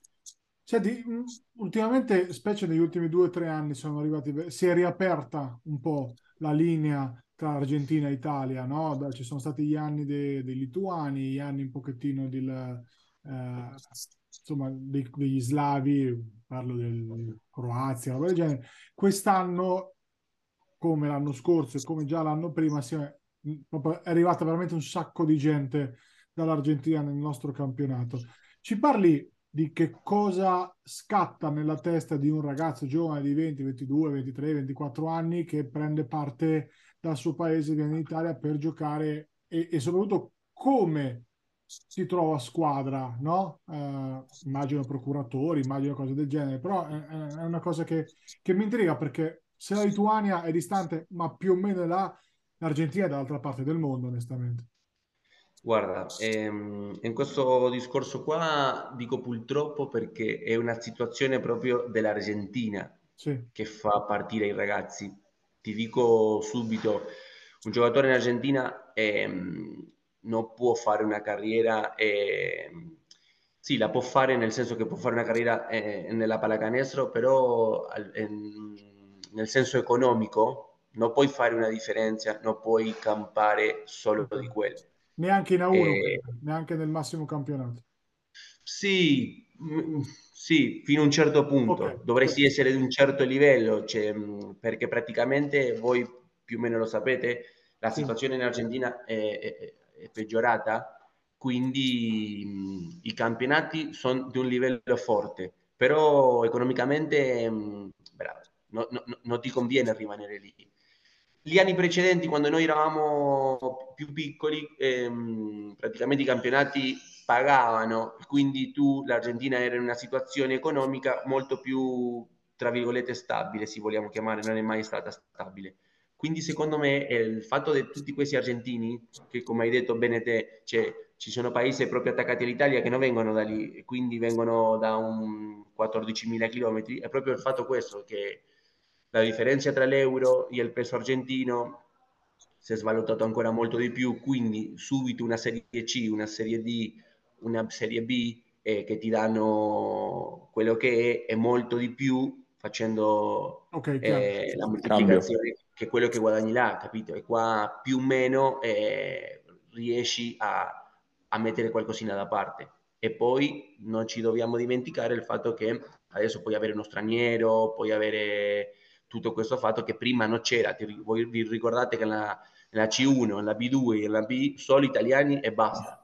Senti, mh, ultimamente, specie negli ultimi due o tre anni, sono arrivati, si è riaperta un po' la linea tra Argentina e Italia, no? Beh, ci sono stati gli anni de- dei lituani, gli anni un pochettino del, eh, insomma, dei- degli slavi, parlo del Croazia, roba del genere. Quest'anno, come l'anno scorso e come già l'anno prima, si è, mh, proprio- è arrivata veramente un sacco di gente dall'Argentina nel nostro campionato. Ci parli di che cosa scatta nella testa di un ragazzo giovane di venti, ventidue, ventitré, ventiquattro anni che prende parte dal suo paese, viene in Italia per giocare e, e soprattutto come si trova a squadra, no? Eh, immagino procuratori, immagino cose del genere, però è, è una cosa che, che mi intriga perché se la Lituania è distante, ma più o meno è là, l'Argentina è dall'altra parte del mondo, onestamente. Guarda, ehm, in questo discorso qua dico purtroppo perché è una situazione proprio dell'Argentina Sì. che fa partire i ragazzi. Ti dico subito, un giocatore in Argentina ehm, non può fare una carriera, ehm, sì, la può fare nel senso che può fare una carriera eh, nella pallacanestro, però al- en- nel senso economico non puoi fare una differenza, non puoi campare solo Ok. di quello. Neanche in A uno, Eh, quindi, neanche nel massimo campionato. sì, mm, sì, fino a un certo Ok, punto. ok. Dovresti essere di un certo livello, cioè, mm, perché praticamente voi più o meno lo sapete, la Sì. situazione in Argentina è, è- è peggiorata, quindi mm, i campionati sono di un livello forte, però economicamente, mm, bravo, no- no- no- non ti conviene rimanere lì. Gli anni precedenti, quando noi eravamo più piccoli, ehm, praticamente i campionati pagavano, quindi tu, l'Argentina era in una situazione economica molto più, tra virgolette, stabile, si vogliamo chiamare, non è mai stata stabile. Quindi secondo me eh, il fatto di tutti questi argentini, che come hai detto bene te, cioè, ci sono paesi proprio attaccati all'Italia che non vengono da lì, quindi vengono da un quattordicimila chilometri, è proprio il fatto questo, che la differenza tra l'euro e il peso argentino si è svalutato ancora molto di più, quindi subito una serie C, una serie D, una serie B eh, che ti danno quello che è e molto di più facendo Ok, chiaro. eh, la Cambio. moltiplicazione che quello che guadagni là, capito? E qua più o meno eh, riesci a, a mettere qualcosina da parte. E poi non ci dobbiamo dimenticare il fatto che adesso puoi avere uno straniero, puoi avere tutto questo fatto che prima non c'era. Ti, voi vi ricordate che nella, nella C uno, nella B due e nella B solo italiani e basta.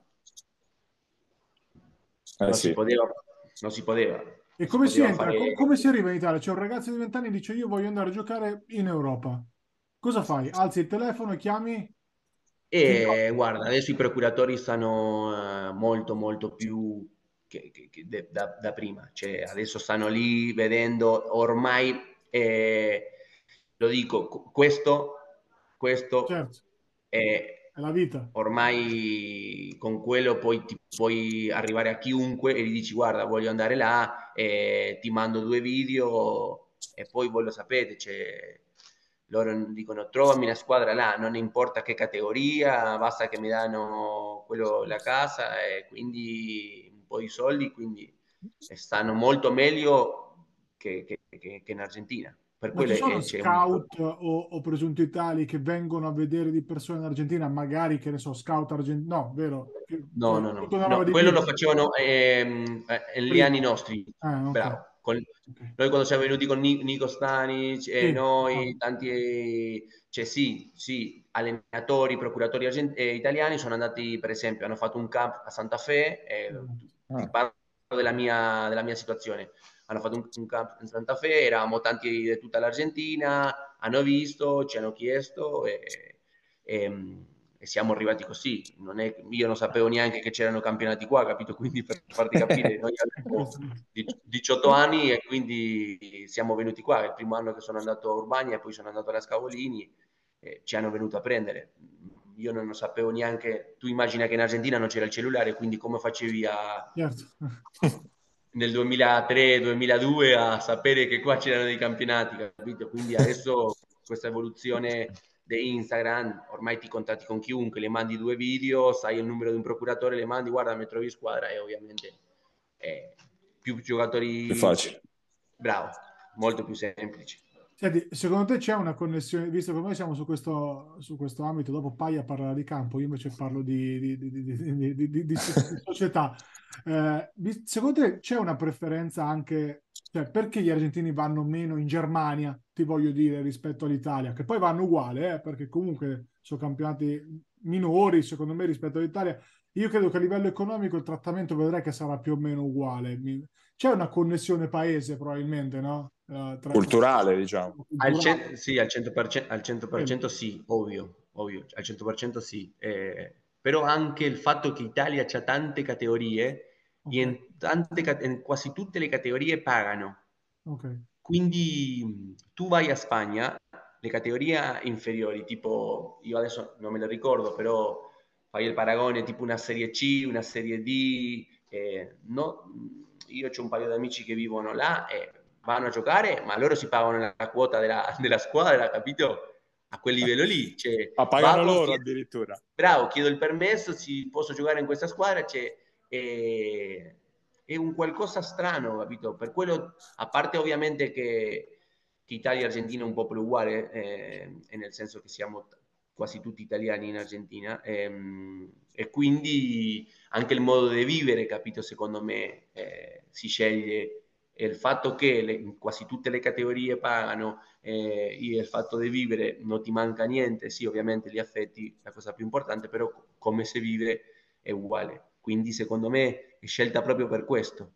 Eh Non si sì. poteva, non si poteva, E non si come si poteva entra? fare. Com- come si arriva in Italia? C'è un ragazzo di venti anni che dice io voglio andare a giocare in Europa. Cosa fai? Alzi il telefono e chiami? Ti do- E guarda, adesso i procuratori stanno eh, molto molto più che, che- che de- da, da prima, cioè adesso stanno lì vedendo ormai, eh, lo dico, cu- questo, questo Certo, è è la vita. ormai con quello poi ti puoi arrivare a chiunque e gli dici guarda voglio andare là, e ti mando due video e poi voi lo sapete, cioè, loro dicono trovami una squadra là, non importa che categoria, basta che mi danno quello, la casa e quindi un po' di soldi, quindi stanno molto meglio che, che, che, che in Argentina. Per Ma ci quello sono è, c'è un... scout o, o presunti tali che vengono a vedere di persone in Argentina, magari che ne so, scout argentino, no, vero? Che- No, Cioè, no, tutta no, una roba no, di quello più. lo facevano ehm, eh, negli anni Prima. nostri, Ah, ok. bravo. Con- Ok. noi quando siamo venuti con Ni- Nico Stanic, e Sì, noi, bravo. tanti, cioè sì, sì, allenatori, procuratori argent- eh, italiani sono andati, per esempio, hanno fatto un camp a Santa Fe, eh, ti Ah, parlo della mia, della mia situazione. Hanno fatto un, un camp in Santa Fe, eravamo tanti di tutta l'Argentina, hanno visto, ci hanno chiesto e, e, e siamo arrivati così. Non è, io non sapevo neanche che c'erano campionati qua, capito? Quindi per farti capire, noi abbiamo diciotto anni e quindi siamo venuti qua. È il primo anno che sono andato a Urbania e poi sono andato alla Scavolini, e ci hanno venuto a prendere. Io non lo sapevo neanche, tu immagina che in Argentina non c'era il cellulare, quindi come facevi a... Certo. nel duemilatré duemiladue a sapere che qua c'erano dei campionati, capito? Quindi adesso questa evoluzione di Instagram, ormai ti contatti con chiunque, le mandi due video, sai il numero di un procuratore, le mandi, guarda, mi trovi squadra e ovviamente è più giocatori... Più facile. Bravo, molto più semplice. Senti, secondo te c'è una connessione, visto che noi siamo su questo, su questo ambito, dopo Paia parlerà di campo, io invece parlo di, di, di, di, di, di, di, di società. Eh, secondo te c'è una preferenza anche, cioè perché gli argentini vanno meno in Germania, ti voglio dire, rispetto all'Italia, che poi vanno uguale, eh, perché comunque sono campionati minori, secondo me, rispetto all'Italia. Io credo che a livello economico il trattamento vedrai che sarà più o meno uguale. C'è una connessione paese probabilmente, no? Uh, tra... Culturale, diciamo. Al cent- sì, al cento per cento, al cento per cento sì, ovvio, ovvio, al cento per cento sì. Eh, però anche il fatto che Italia c'ha tante categorie, okay. e in, tante, in quasi tutte le categorie pagano. Okay. Quindi tu vai a Spagna, le categorie inferiori, tipo, io adesso non me lo ricordo, però fai il paragone tipo una serie C, una serie D, eh, no, io ho un paio di amici che vivono là e vanno a giocare, ma loro si pagano la quota della, della squadra, capito? A quel livello lì. Cioè, ah, pagano vado, loro chiedo, addirittura. Bravo, chiedo il permesso, si, posso giocare in questa squadra, c'è, eh, è un qualcosa strano, capito? Per quello, a parte ovviamente che, che Italia e Argentina è un po' più uguale, eh, nel senso che siamo quasi tutti italiani in Argentina, ehm, e quindi anche il modo di vivere, capito, secondo me eh, si sceglie, e il fatto che le, quasi tutte le categorie pagano, eh, il fatto di vivere non ti manca niente, sì ovviamente gli affetti la cosa più importante, però come si vive è uguale, quindi secondo me è scelta proprio per questo.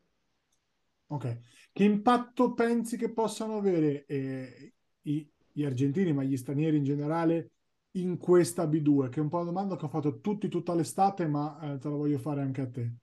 Ok, che impatto pensi che possano avere eh, i, gli argentini, ma gli stranieri in generale, in questa B due? Che è un po' una domanda che ho fatto tutti tutta l'estate, ma eh, te la voglio fare anche a te.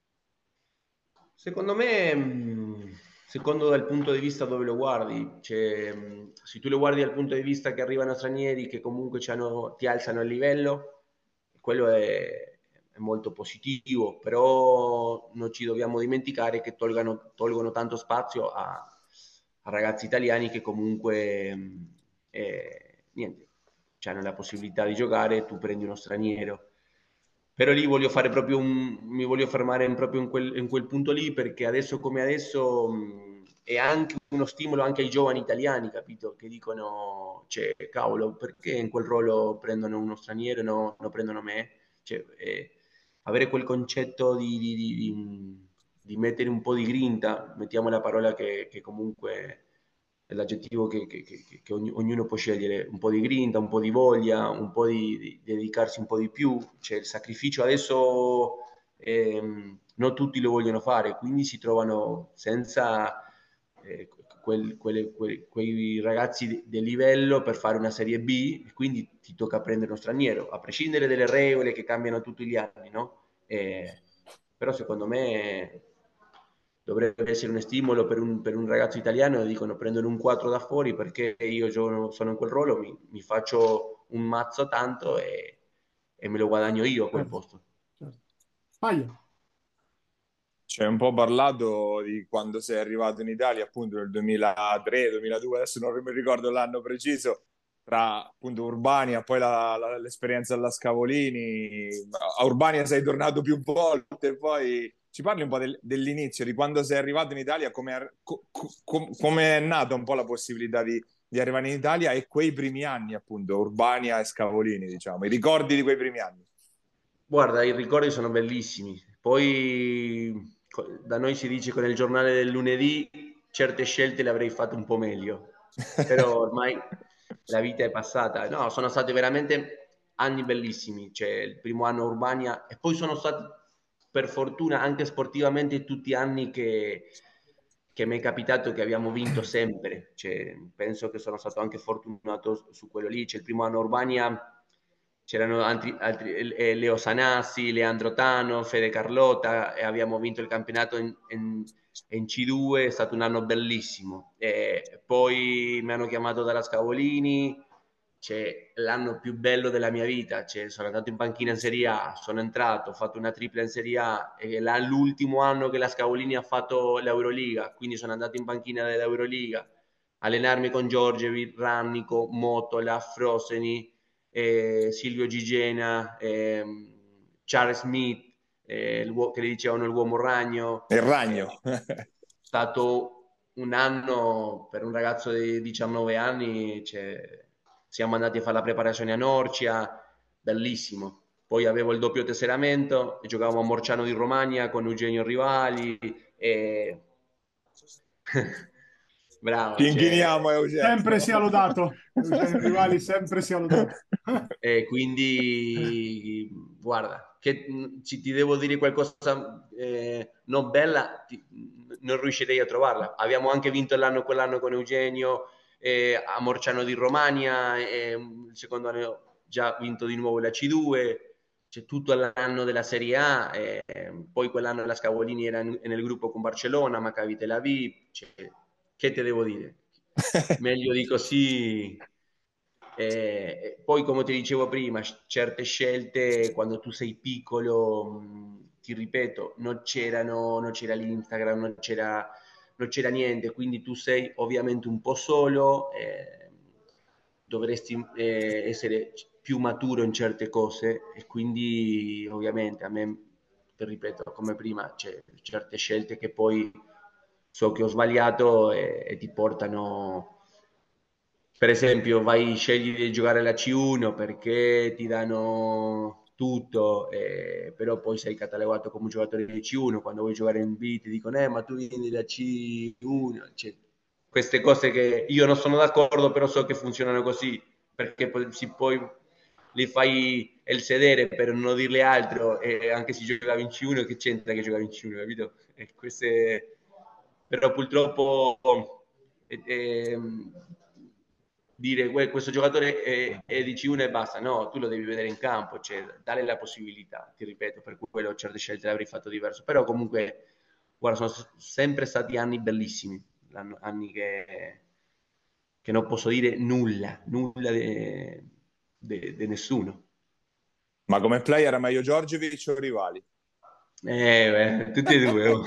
Secondo me, secondo dal punto di vista dove lo guardi, cioè, se tu lo guardi dal punto di vista che arrivano stranieri che comunque ti alzano il livello, quello è, è molto positivo, però non ci dobbiamo dimenticare che tolgano, tolgono tanto spazio a, a ragazzi italiani che comunque eh, niente, hanno la possibilità di giocare, tu prendi uno straniero. Però lì voglio fare proprio un, mi voglio fermare in, proprio in quel, in quel punto lì, perché adesso come adesso mh, è anche uno stimolo anche ai giovani italiani, capito? Che dicono, cioè, cavolo, perché in quel ruolo prendono uno straniero e no, non prendono me? Cioè, eh, avere quel concetto di, di, di, di, di mettere un po' di grinta, mettiamo la parola che, che comunque è l'aggettivo che, che, che, che ognuno può scegliere, un po' di grinta, un po' di voglia, un po' di, di dedicarsi un po' di più, cioè il sacrificio adesso ehm, non tutti lo vogliono fare, quindi si trovano senza eh, quel, quelle, quei, quei ragazzi del livello per fare una serie B, e quindi ti tocca prendere uno straniero, a prescindere dalle regole che cambiano tutti gli anni, no? Eh, però secondo me dovrebbe essere un stimolo per un, per un ragazzo italiano e dicono prendono un quattro da fuori perché io sono in quel ruolo, mi, mi faccio un mazzo tanto e, e me lo guadagno io a quel Certo, posto. certo. Paia. C'è un po' parlato di quando sei arrivato in Italia, appunto nel duemilatré duemiladue, adesso non mi ricordo l'anno preciso, tra appunto Urbania, poi la, la, l'esperienza alla Scavolini. A Urbania sei tornato più volte, poi ci parli un po' del, dell'inizio, di quando sei arrivato in Italia, come è, co, com, è nata un po' la possibilità di, di arrivare in Italia e quei primi anni, appunto, Urbania e Scavolini, diciamo, i ricordi di quei primi anni. Guarda, i ricordi sono bellissimi. Poi da noi si dice con il giornale del lunedì certe scelte le avrei fatte un po' meglio, però ormai la vita è passata. No, sono stati veramente anni bellissimi, cioè il primo anno a Urbania e poi sono stati per fortuna anche sportivamente tutti gli anni che, che mi è capitato che abbiamo vinto sempre, cioè, penso che sono stato anche fortunato su quello lì. C'è il primo anno Urbania, c'erano altri, altri eh, Leo Sanassi, Leandro Tano, Fede Carlota, e abbiamo vinto il campionato in, in, in C due, è stato un anno bellissimo. E poi mi hanno chiamato dalla Scavolini, c'è l'anno più bello della mia vita, cioè, sono andato in panchina in Serie A, sono entrato, ho fatto una tripla in Serie A, e là, l'ultimo anno che la Scavolini ha fatto l'Euroliga, quindi sono andato in panchina dell'Euroliga, allenarmi con Giorgevic, Rannico, Motola, Froseni, eh, Silvio Gigena, eh, Charles Smith, eh, che le dicevano l'uomo ragno. Il ragno. È stato un anno per un ragazzo di diciannove anni, cioè, siamo andati a fare la preparazione a Norcia, bellissimo. Poi avevo il doppio tesseramento e giocavamo a Morciano di Romagna con Eugenio Rivali e... Bravo, Ci cioè... inchiniamo, Eugenio. Sempre sia lodato. Eugenio Rivali sempre sia lodato. E quindi, guarda, che ci, ti devo dire qualcosa eh, non bella, ti, non riuscirei a trovarla. Abbiamo anche vinto l'anno quell'anno con Eugenio eh, a Morciano di Romagna, eh, il secondo anno già vinto di nuovo la C due, c'è tutto l'anno della Serie A, eh, poi quell'anno la Scavolini era in, nel gruppo con Barcellona, Maccabi Tel Aviv, cioè, che te devo dire? Meglio di così. Eh, poi, come ti dicevo prima, certe scelte quando tu sei piccolo, mh, ti ripeto, non c'erano, non c'era l'Instagram, non c'era, non c'era niente, quindi tu sei ovviamente un po' solo, eh, dovresti eh, essere più maturo in certe cose e quindi ovviamente a me, ti ripeto, come prima, c'è certe scelte che poi so che ho sbagliato e, e ti portano. Per esempio, vai, scegli di giocare la C uno perché ti danno tutto, eh, però poi sei catalogato come un giocatore di C uno. Quando vuoi giocare in B ti dicono, eh, ma tu vieni da C uno. Cioè, queste cose che io non sono d'accordo, però so che funzionano così, perché poi, si, poi li fai il sedere per non dirle altro, e anche se giocavi in C uno, che c'entra che giocavi in C uno, capito? E queste... Però purtroppo... Eh, eh, dire questo giocatore è, è di C uno e basta, no, tu lo devi vedere in campo, cioè dare la possibilità, ti ripeto, per quello certe scelte le avrei fatto diverso, però comunque, guarda, sono sempre stati anni bellissimi, anni che, che non posso dire nulla, nulla di nessuno. Ma come player era meglio Giorgevic o Rivali? Eh, beh, tutti e due, oh.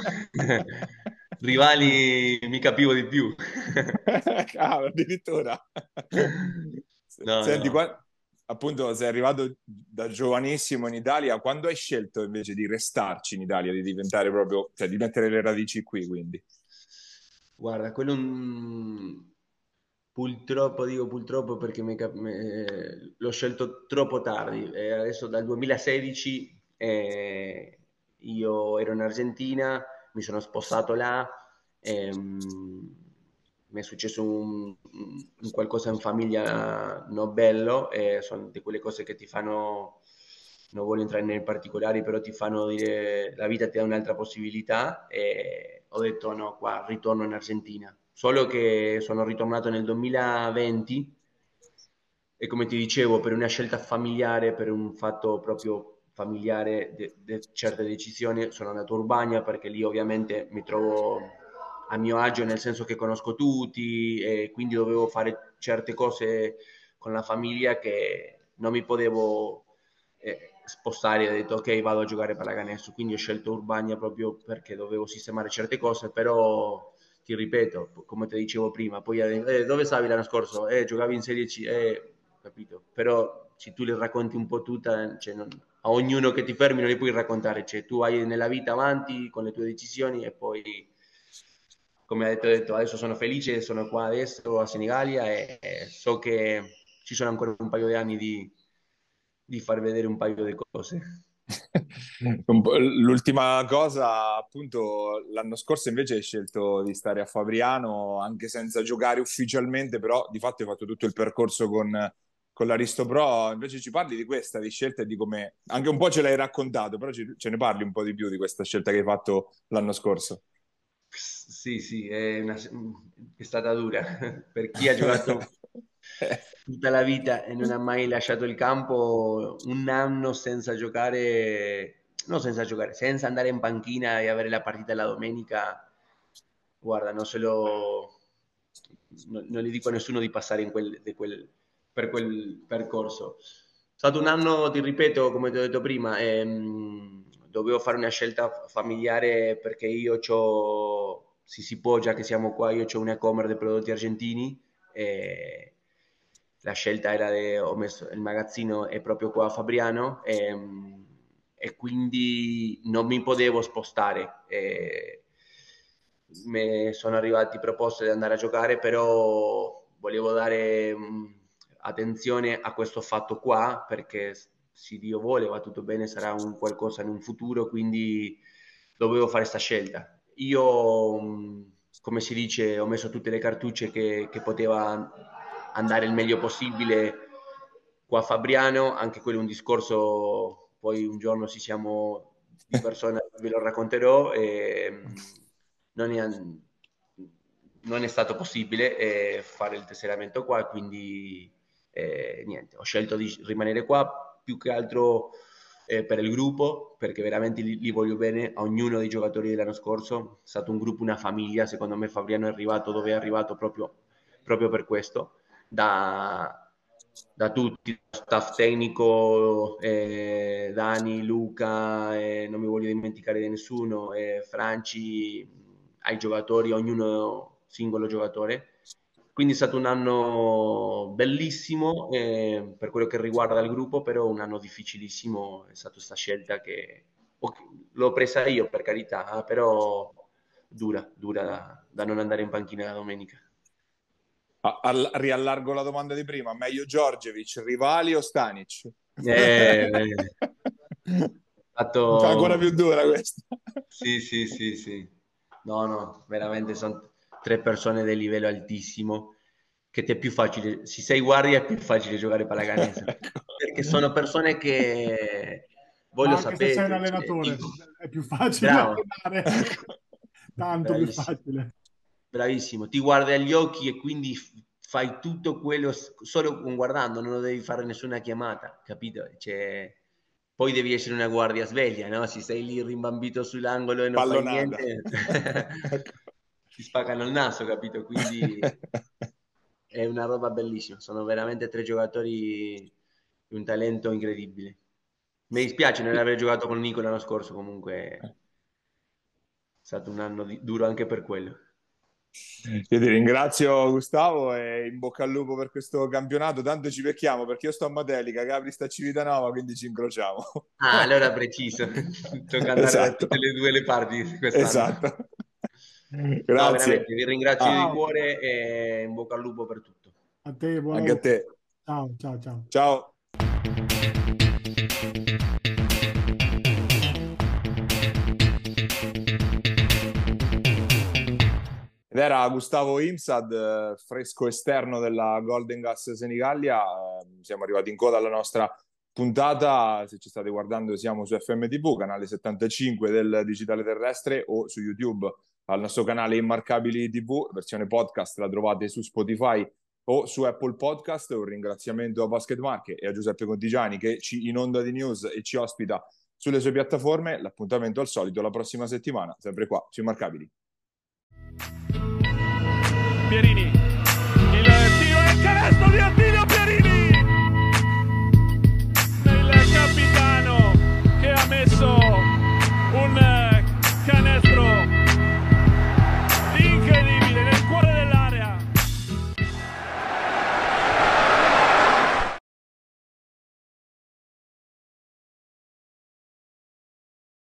Rivali mi capivo di più. Cavolo, addirittura. No, Senti, no. qua, appunto, sei arrivato da giovanissimo in Italia, quando hai scelto invece di restarci in Italia, di diventare proprio, cioè di mettere le radici qui, quindi? Guarda, quello un... purtroppo, dico purtroppo perché mi cap- eh, l'ho scelto troppo tardi. Eh, adesso dal duemilasedici eh, io ero in Argentina, mi sono spostato là, ehm, mi è successo un, un qualcosa in famiglia non bello, e sono di quelle cose che ti fanno, non voglio entrare nei particolari, però ti fanno dire la vita ti dà un'altra possibilità, e ho detto no, qua ritorno in Argentina. Solo che sono ritornato nel duemilaventi e, come ti dicevo, per una scelta familiare, per un fatto proprio familiare di de- de certe decisioni, sono andato a Urbania perché lì ovviamente mi trovo a mio agio, nel senso che conosco tutti e quindi dovevo fare certe cose con la famiglia che non mi potevo eh, spostare. Ho detto ok, vado a giocare pallacanestro, quindi ho scelto Urbania proprio perché dovevo sistemare certe cose, però ti ripeto, come ti dicevo prima, poi eh, dove stavi l'anno scorso? Eh, giocavi in Serie C, eh, capito? Però se tu le racconti un po' tutta, cioè non, a ognuno che ti fermi non li puoi raccontare, cioè tu hai nella vita avanti con le tue decisioni e poi, come hai detto, detto adesso sono felice, sono qua adesso a Senigallia e, e so che ci sono ancora un paio di anni di, di far vedere un paio di cose. L'ultima cosa, appunto, l'anno scorso invece hai scelto di stare a Fabriano anche senza giocare ufficialmente, però di fatto hai fatto tutto il percorso con, con l'Aristo Pro, invece ci parli di questa, di scelta e di come, anche un po' ce l'hai raccontato, però ci, ce ne parli un po' di più di questa scelta che hai fatto l'anno scorso. Sì, sì, è, una- è stata dura per chi ha giocato tutta la vita e non ha mai lasciato il campo, un anno senza giocare, no senza giocare, senza andare in panchina e avere la partita la domenica. Guarda, non se lo, non, non gli dico a nessuno di passare in quel, di quel, per quel percorso. È stato un anno, ti ripeto, come ti ho detto prima, ehm, dovevo fare una scelta familiare perché io ho, sì si può, già che siamo qua, io ho una e-commerce di prodotti argentini e la scelta era di, ho messo, il magazzino è proprio qua a Fabriano e, e quindi non mi potevo spostare. E, mi sono arrivati proposte di andare a giocare, però volevo dare mh, attenzione a questo fatto qua, perché se Dio vuole va tutto bene, sarà un qualcosa in un futuro, quindi dovevo fare questa scelta. Io, mh, come si dice, ho messo tutte le cartucce che, che poteva andare il meglio possibile qua a Fabriano, anche quello è un discorso, poi un giorno ci siamo di persona, ve lo racconterò, e non è, non è stato possibile eh, fare il tesseramento qua, quindi eh, niente, ho scelto di rimanere qua più che altro eh, per il gruppo, perché veramente li, li voglio bene a ognuno dei giocatori dell'anno scorso, è stato un gruppo, una famiglia, secondo me Fabriano è arrivato dove è arrivato proprio, proprio per questo, da da tutti, staff tecnico, eh, Dani, Luca, eh, non mi voglio dimenticare di nessuno, eh, Franci, ai giocatori, ognuno singolo giocatore. Quindi è stato un anno bellissimo eh, per quello che riguarda il gruppo, però un anno difficilissimo, è stata questa scelta che okay, l'ho presa io per carità, però dura, dura da, da non andare in panchina la domenica. All- riallargo la domanda di prima, meglio Djordjevic, Rivali o Stanic? Eh, fatto... Fa ancora più dura questa. Sì, sì, sì, sì. No, no, veramente sono tre persone di livello altissimo che ti è più facile, se sei guardia è più facile giocare pallacanestro, Ecco. perché sono persone che voi Ma lo anche se sei un sapete, cioè, allenatore tipo... è più facile Bravo. allenare. Tanto più Bravissimo. facile. Bravissimo, ti guardi agli occhi e quindi fai tutto quello solo con guardando, non lo devi fare nessuna chiamata, capito? Cioè, poi devi essere una guardia sveglia, no? Se sei lì rimbambito sull'angolo e non fai Pallonata. niente, ti spaccano il naso, capito? Quindi è una roba bellissima, sono veramente tre giocatori di un talento incredibile. Mi dispiace non aver giocato con Nico l'anno scorso, comunque è stato un anno di- duro anche per quello. Io ti ringrazio Gustavo e in bocca al lupo per questo campionato, tanto ci becchiamo perché io sto a Matelica, Gabri sta a Civitanova, quindi ci incrociamo. Ah, allora preciso, tocca andare da Esatto. tutte e due le parti quest'anno. Esatto. No, Grazie. veramente, vi ringrazio Ciao. di cuore e in bocca al lupo per tutto. A te, buon Anche a lavoro. te. Ciao, ciao, ciao. Ciao. Ed era Gustavo Imsad, eh, fresco esterno della Golden Gas Senigallia. Eh, siamo arrivati in coda alla nostra puntata. Se ci state guardando siamo su F M T V, canale settantacinque del digitale terrestre, o su YouTube al nostro canale Immarcabili T V, versione podcast la trovate su Spotify o su Apple Podcast. Un ringraziamento a Basket Marche e a Giuseppe Contigiani che ci inonda di news e ci ospita sulle sue piattaforme. L'appuntamento al solito la prossima settimana, sempre qua su Immarcabili. Pierini, il tiro e il canestro di Attila.